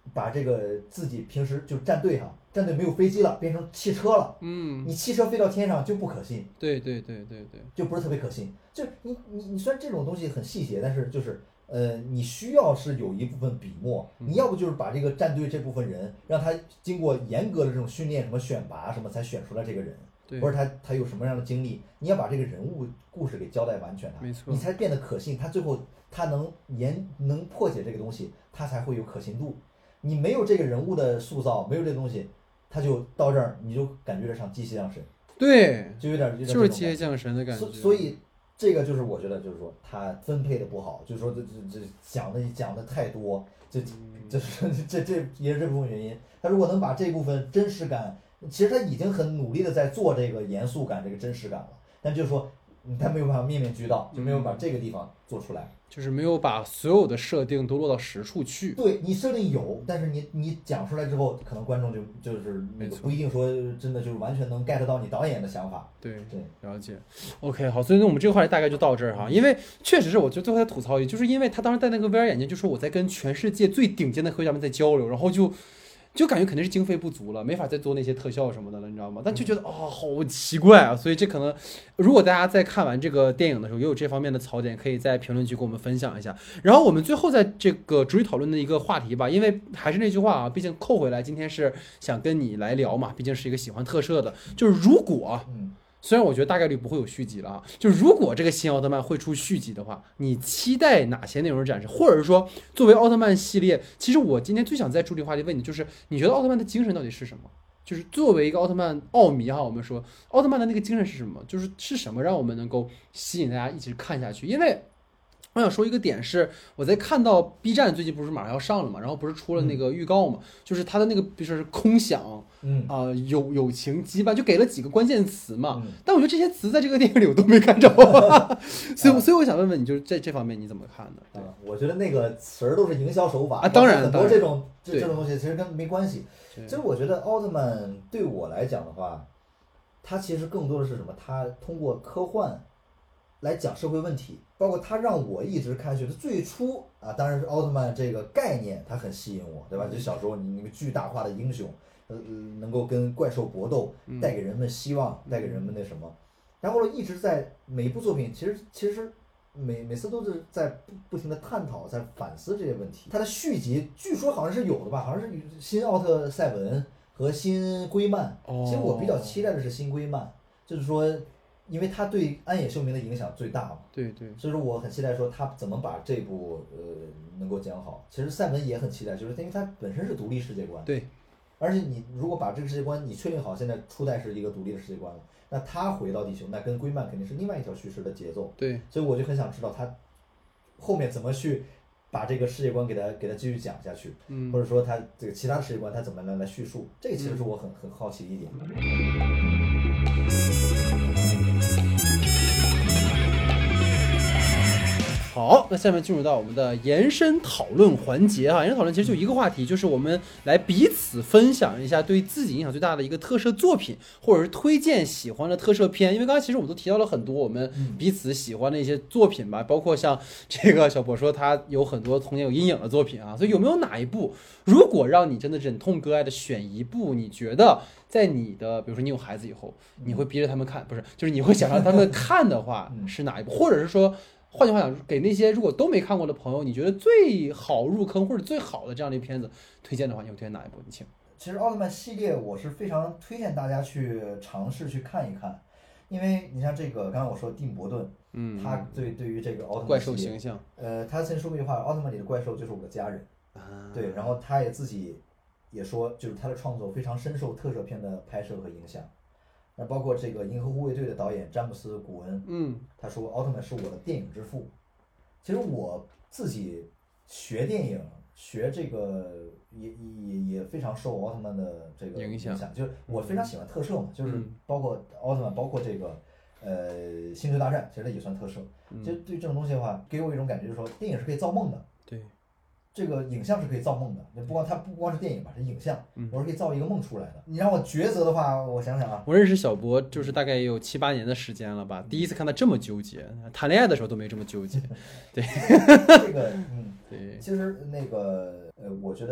把这个自己平时就战队哈，战队没有飞机了，变成汽车了， 嗯， 你汽车飞到天上就不可信， 对对对对对， 就不是特别可信。就你你你虽然这种东西很细节，但是就是呃，你需要是有一部分笔墨，你要不就是把这个战队这部分人让他经过严格的这种训练，什么选拔什么才选出来这个人。或者他他有什么样的经历，你要把这个人物故事给交代完全的， 没错， 你才变得可信。他最后他能研能破解这个东西，他才会有可信度。你没有这个人物的塑造，没有这个东西，他就到这儿你就感觉像机械降神， 对， 就有点有点就是机械降神的感觉。 所所以这个就是我觉得就是说他分配的不好，就是说这这这讲的讲的太多，这就是这这也是这部分原因。他如果能把这部分真实感。其实他已经很努力的在做这个严肃感、这个真实感了，但就是说，他没有办法面面俱到，就没有把这个地方做出来， 就是没有把所有的设定都落到实处去。 对你设定有，但是你你讲出来之后，可能观众就就是那个不一定说真的就是完全能 get 到你导演的想法。 对对， 了解。OK， 好，所以呢，我们这个话题大概就到这儿哈，因为确实是，我就最后再吐槽一句，就是因为他当时戴那个 V R 眼镜，就说我在跟全世界最顶尖的科学家们在交流，然后就。就感觉肯定是经费不足了，没法再做那些特效什么的了，你知道吗？但就觉得哦，好奇怪啊！所以这可能，如果大家在看完这个电影的时候也有这方面的槽点，可以在评论区跟我们分享一下。然后我们最后在这个逐一讨论的一个话题吧，因为还是那句话啊，毕竟扣回来，今天是想跟你来聊嘛，毕竟是一个喜欢特摄的，就是如果。嗯虽然我觉得大概率不会有续集了啊，就如果这个新奥特曼会出续集的话，你期待哪些内容展示？或者是说，作为奥特曼系列，其实我今天最想在助力话题问你，就是你觉得奥特曼的精神到底是什么？就是作为一个奥特曼奥迷哈，我们说奥特曼的那个精神是什么？就是是什么让我们能够吸引大家一直看下去？因为我想说一个点是，我在看到 B 站最近不是马上要上了嘛，然后不是出了那个预告嘛，嗯、就是他的那个比如说是空想，嗯啊、呃、友友情羁绊，就给了几个关键词嘛。嗯、但我觉得这些词在这个电影里我都没看着，所以、啊、所以我想问问你，就是在这方面你怎么看的？ 对、啊，我觉得那个词儿都是营销手法啊，当然很多这种这这种东西其实跟没关系。其实我觉得奥特曼对我来讲的话，它其实更多的是什么？它通过科幻来讲社会问题。包括他让我一直看下去的最初啊，当然是奥特曼这个概念，它很吸引我，对吧？就小时候你那个巨大化的英雄，呃，能够跟怪兽搏斗，带给人们希望，带给人们那什么。然后呢，一直在每一部作品，其实其实每每次都是在不不停的探讨，在反思这些问题。它的续集据说好像是有的吧，好像是新奥特赛文和新龟曼。其实我比较期待的是新龟曼，就是说。因为他对安野秀明的影响最大嘛， 对对， 所以说我很期待说他怎么把这部呃能够讲好。其实赛文也很期待，就是因为他本身是独立世界观， 对， 而且你如果把这个世界观你确定好，现在初代是一个独立的世界观了，那他回到地球，那跟龟曼肯定是另外一条叙事的节奏， 对， 所以我就很想知道他后面怎么去把这个世界观给他给他继续讲下去，嗯，或者说他这个其他世界观他怎么来来叙述，这个其实是我很、嗯、很好奇的一点。 好，那下面进入到我们的延伸讨论环节啊。延伸讨论其实就一个话题，就是我们来彼此分享一下对自己影响最大的一个特摄作品，或者是推荐喜欢的特摄片。因为刚才其实我们都提到了很多我们彼此喜欢的一些作品吧，包括像这个小博说他有很多童年有阴影的作品啊。所以有没有哪一部，如果让你真的忍痛割爱的选一部，你觉得在你的比如说你有孩子以后，你会逼着他们看，不是，就是你会想让他们看的话是哪一部，或者是说。换句话讲，给那些如果都没看过的朋友，你觉得最好入坑或者最好的这样的片子推荐的话，你会推荐哪一部？你请。 其实奥特曼系列我是非常推荐大家去尝试去看一看，因为你像这个刚刚我说蒂姆·伯顿，嗯，他对对于这个奥特曼怪兽形象， 呃，他曾经说过一句话，奥特曼里的怪兽就是我的家人，啊，对，然后他也自己也说，就是他的创作非常深受特摄片的拍摄和影响。那包括这个《银河护卫队》的导演詹姆斯·古恩，嗯，他说奥特曼是我的电影之父。其实我自己学电影，学这个也也也非常受奥特曼的这个影响，就是我非常喜欢特摄嘛，就是包括奥特曼，包括这个呃《星球大战》，其实它也算特摄。就对这种东西的话，给我一种感觉，就是说电影是可以造梦的。 对。 这个影像是可以造梦的，不光它不光是电影吧，是影像，我是可以造一个梦出来的。你让我抉择的话，我想想啊， 我认识小博就是大概也有七八年的时间了吧，第一次看他这么纠结，谈恋爱的时候都没这么纠结。对， 这个嗯， 对， 其实那个呃，我觉得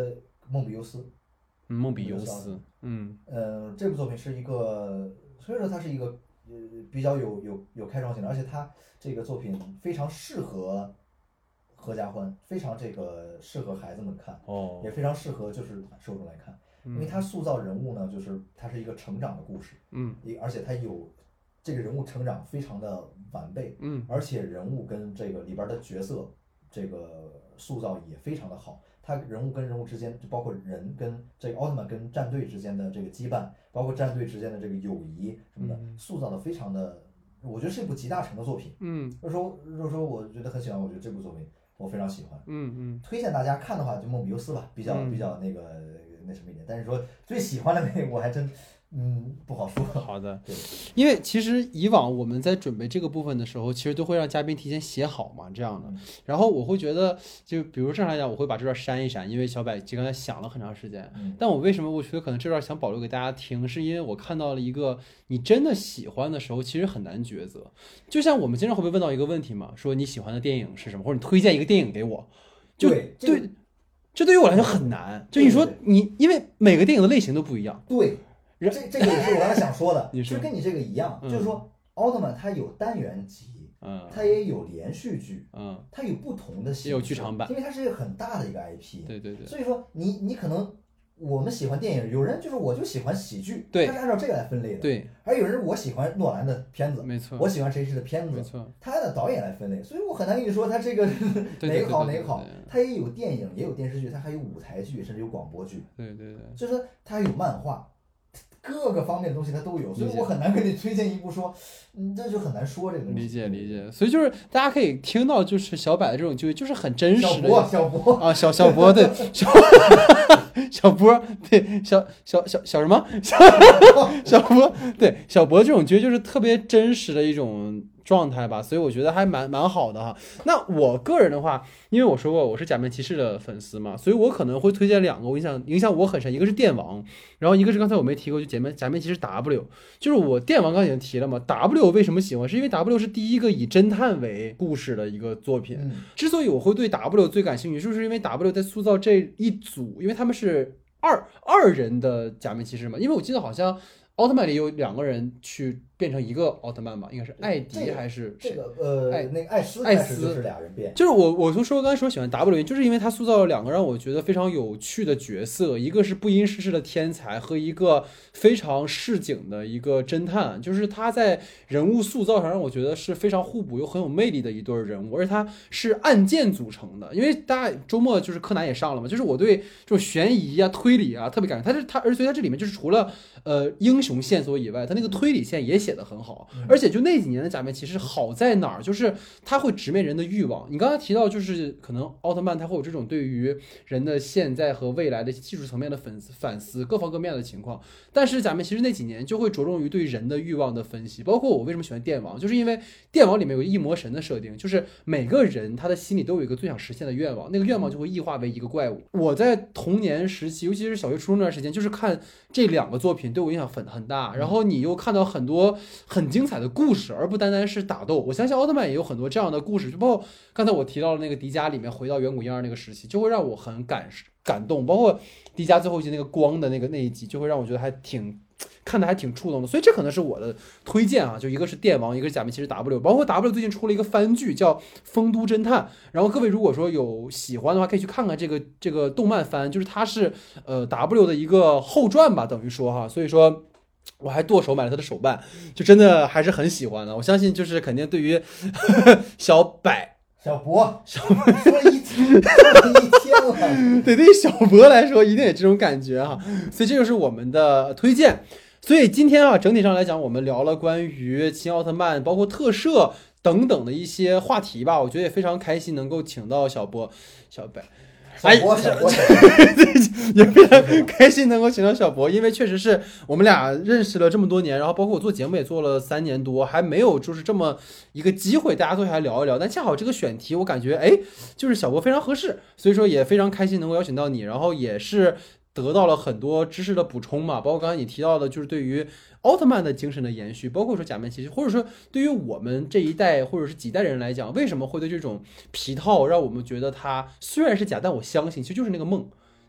梦比优斯。 嗯，梦比优斯，嗯， 呃，这部作品是一个，所以说它是一个呃比较有有有开创性的，而且它这个作品非常适合合家欢，非常这个适合孩子们看， 哦， 也非常适合就是受众来看，因为它塑造人物呢，就是它是一个成长的故事， 嗯， 而且它有这个人物成长非常的完备， 嗯， 而且人物跟这个里边的角色这个塑造也非常的好。他人物跟人物之间，就包括人跟这个奥特曼跟战队之间的这个羁绊，包括战队之间的这个友谊什么的， 嗯、 塑造的非常的，我觉得是一部集大成的作品。 嗯， 如果说如果说我觉得很喜欢，我觉得这部作品我非常喜欢。 嗯嗯， 推荐大家看的话，就梦比优斯吧，比较、 嗯、 比较那个那什么一点。但是说最喜欢的那个，我还真。嗯，不好说。 好的，对，因为其实以往我们在准备这个部分的时候，其实都会让嘉宾提前写好嘛，这样的。然后我会觉得，就比如正常来讲，我会把这段删一删，因为小柏就刚才想了很长时间。但我为什么我觉得可能这段想保留给大家听，是因为我看到了一个你真的喜欢的时候，其实很难抉择。就像我们经常会被问到一个问题嘛，说你喜欢的电影是什么，或者你推荐一个电影给我，就对对，这对于我来说很难。就你说你，因为每个电影的类型都不一样。 对。这这个也是我刚才想说的， 是跟你这个一样， 嗯、 就是说奥特曼它有单元集， 嗯， 它也有连续剧， 嗯， 它有不同的形式， 也有剧场版， 因为它是一个很大的一个 I P， 对对对， 所以说你你可能我们喜欢电影，有人就是我就喜欢喜剧， 对， 他是按照这个来分类的， 对， 而有人我喜欢诺兰的片子， 没错， 我喜欢谁谁的片子， 没错， 他按照导演来分类，所以我很难跟你说他这个哪个好哪个好，他也有电影，也有电视剧，他还有舞台剧，甚至有广播剧， 对对对， 就是说他有漫画。各个方面的东西它都有，所以我很难给你推荐一部说，嗯，这就很难说这个东西。 理解理解，所以就是大家可以听到，就是小柏的这种就就是很真实的。 小博，小博啊，小小博对，小小博对，小小小小什么小小博对，小博这种觉得就是特别真实的一种状态吧，所以我觉得还蛮蛮好的哈。那我个人的话，因为我说过我是假面骑士的粉丝嘛，所以我可能会推荐两个我影响影响我很深，一个是电王，然后一个是刚才我没提过，就假面假面骑士 W， 就是我电王刚才已经提了嘛 ，W 为什么喜欢？是因为 W 是第一个以侦探为故事的一个作品。 嗯、 之所以我会对 W 最感兴趣，就是因为 W 在塑造这一组，因为他们是二二人的假面骑士嘛，因为我记得好像奥特曼里有两个人去变成一个奥特曼吧，应该是艾迪还是这个呃艾那个艾斯艾斯就是俩人变， 就是我我从说刚才说喜欢 W， 就是因为他塑造了两个让我觉得非常有趣的角色，一个是不谙世事的天才和一个非常市井的一个侦探，就是他在人物塑造上让我觉得是非常互补又很有魅力的一对人物，而且他是案件组成的，因为大家周末就是柯南也上了嘛，就是我对这种悬疑啊推理啊特别感兴趣，他是他而且他这里面就是除了呃英雄线索以外，他那个推理线也写得很好，而且就那几年的假面骑士好在哪儿，就是他会直面人的欲望。你刚才提到就是可能奥特曼他会有这种对于人的现在和未来的技术层面的反思反思各方各面的情况，但是假面骑士那几年就会着重于对人的欲望的分析，包括我为什么喜欢电王，就是因为电王里面有异魔神的设定，就是每个人他的心里都有一个最想实现的愿望，那个愿望就会异化为一个怪物。我在童年时期，尤其是小学初中那段时间，就是看这两个作品对我影响很很大，然后你又看到很多很精彩的故事，而不单单是打斗。我相信奥特曼也有很多这样的故事，就包括刚才我提到的那个迪迦里面回到远古婴儿那个时期，就会让我很感感动，包括迪迦最后一集那个光的那个那一集，就会让我觉得还挺看的还挺触动的，所以这可能是我的推荐啊，就一个是电王，一个是假面骑士 W， 包括 W 最近出了一个番剧叫《丰都侦探》，然后各位如果说有喜欢的话，可以去看看这个这个动漫番，就是它是呃 W 的一个后传吧，等于说哈，所以说。我还剁手买了他的手办，就真的还是很喜欢的。我相信就是肯定对于小柏、 小博、小博说一天一天了， 对对于小博来说一定有这种感觉哈。所以这就是我们的推荐。所以今天啊，整体上来讲，我们聊了关于新奥特曼，包括特摄等等的一些话题吧。我觉得也非常开心能够请到小博、小柏。 哎， 也非常开心能够请到小博，因为确实是我们俩认识了这么多年，然后包括我做节目也做了三年多，还没有就是这么一个机会大家坐下来聊一聊。但恰好这个选题，我感觉哎，就是小博非常合适，所以说也非常开心能够邀请到你，然后也是得到了很多知识的补充嘛，包括刚才你提到的，就是对于奥特曼的精神的延续，包括说假面骑士，或者说对于我们这一代或者是几代人来讲，为什么会对这种皮套让我们觉得它虽然是假，但我相信其实就是那个梦。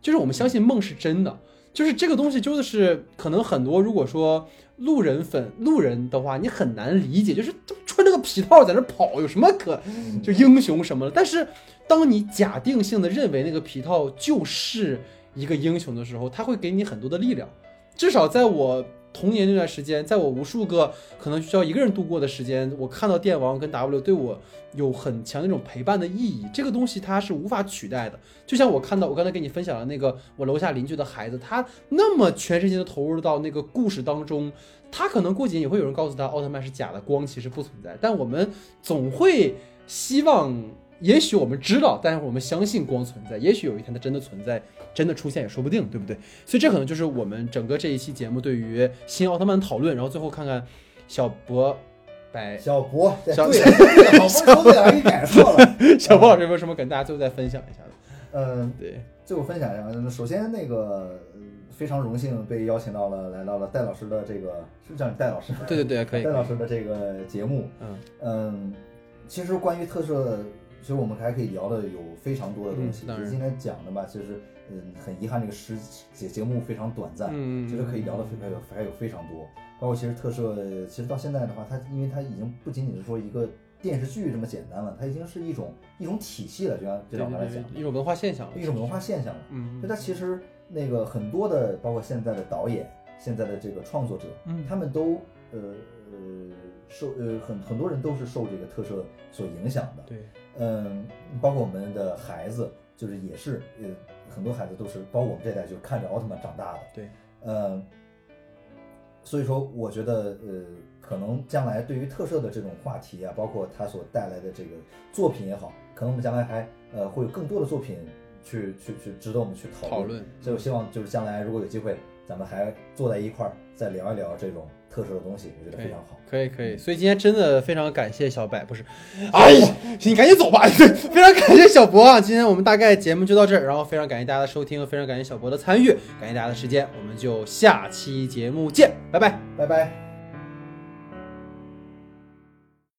就是我们相信梦是真的，就是这个东西就是可能很多如果说路人粉路人的话，你很难理解，就是穿这个皮套在那跑有什么可就英雄什么的。但是当你假定性的认为那个皮套就是一个英雄的时候，它会给你很多的力量。至少在我童年那段时间，在我无数个可能需要一个人度过的时间，我看到电王跟 W 对我有很强的那种陪伴的意义，这个东西它是无法取代的。就像我看到我刚才跟你分享的那个我楼下邻居的孩子，他那么全身心的投入到那个故事当中，他可能过几年也会有人告诉他奥特曼是假的，光其实不存在，但我们总会希望，也许我们知道，但是我们相信光存在，也许有一天它真的存在，真的出现也说不定，对不对？所以这可能就是我们整个这一期节目对于新奥特曼的讨论，然后最后看看小博白小博小对了，好不容易说对了，给改错了。 小博老师有没有什么跟大家最后再分享一下的？ 嗯， 对， 最后分享一下。首先那个非常荣幸被邀请到了，来到了戴老师的这个，是叫你戴老师？ 对对对，可以。 戴老师的这个节目， 嗯嗯，其实关于特摄，其实我们还可以聊的有非常多的东西。 嗯、 今天讲的吧，其实嗯很遗憾，这个时节节目非常短暂， 嗯， 其实可以聊的还有还有非常多。包括其实特摄，其实到现在的话，它因为它已经不仅仅是说一个电视剧这么简单了，它已经是一种一种体系了，就像就像刚才讲， 一种文化现象了， 一种文化现象了。 嗯， 就它其实那个很多的，包括现在的导演、现在的这个创作者， 嗯， 他们都呃呃受呃很很多人都是受这个特摄所影响的。 对， 嗯，包括我们的孩子，就是也是呃很多孩子都是，包括我们这代就是看着奥特曼长大的。 对， 嗯。所以说，我觉得，呃，可能将来对于特摄的这种话题啊，包括它所带来的这个作品也好，可能我们将来还呃会有更多的作品去去去值得我们去讨论。 讨论。 所以我希望就是将来如果有机会，咱们还坐在一块儿再聊一聊这种特摄的东西，我觉得非常好。 可以可以，所以今天真的非常感谢小柏，不是，哎呀，你赶紧走吧。非常感谢小博啊，今天我们大概节目就到这儿，然后非常感谢大家的收听，非常感谢小博的参与，感谢大家的时间，我们就下期节目见，拜拜， 拜拜。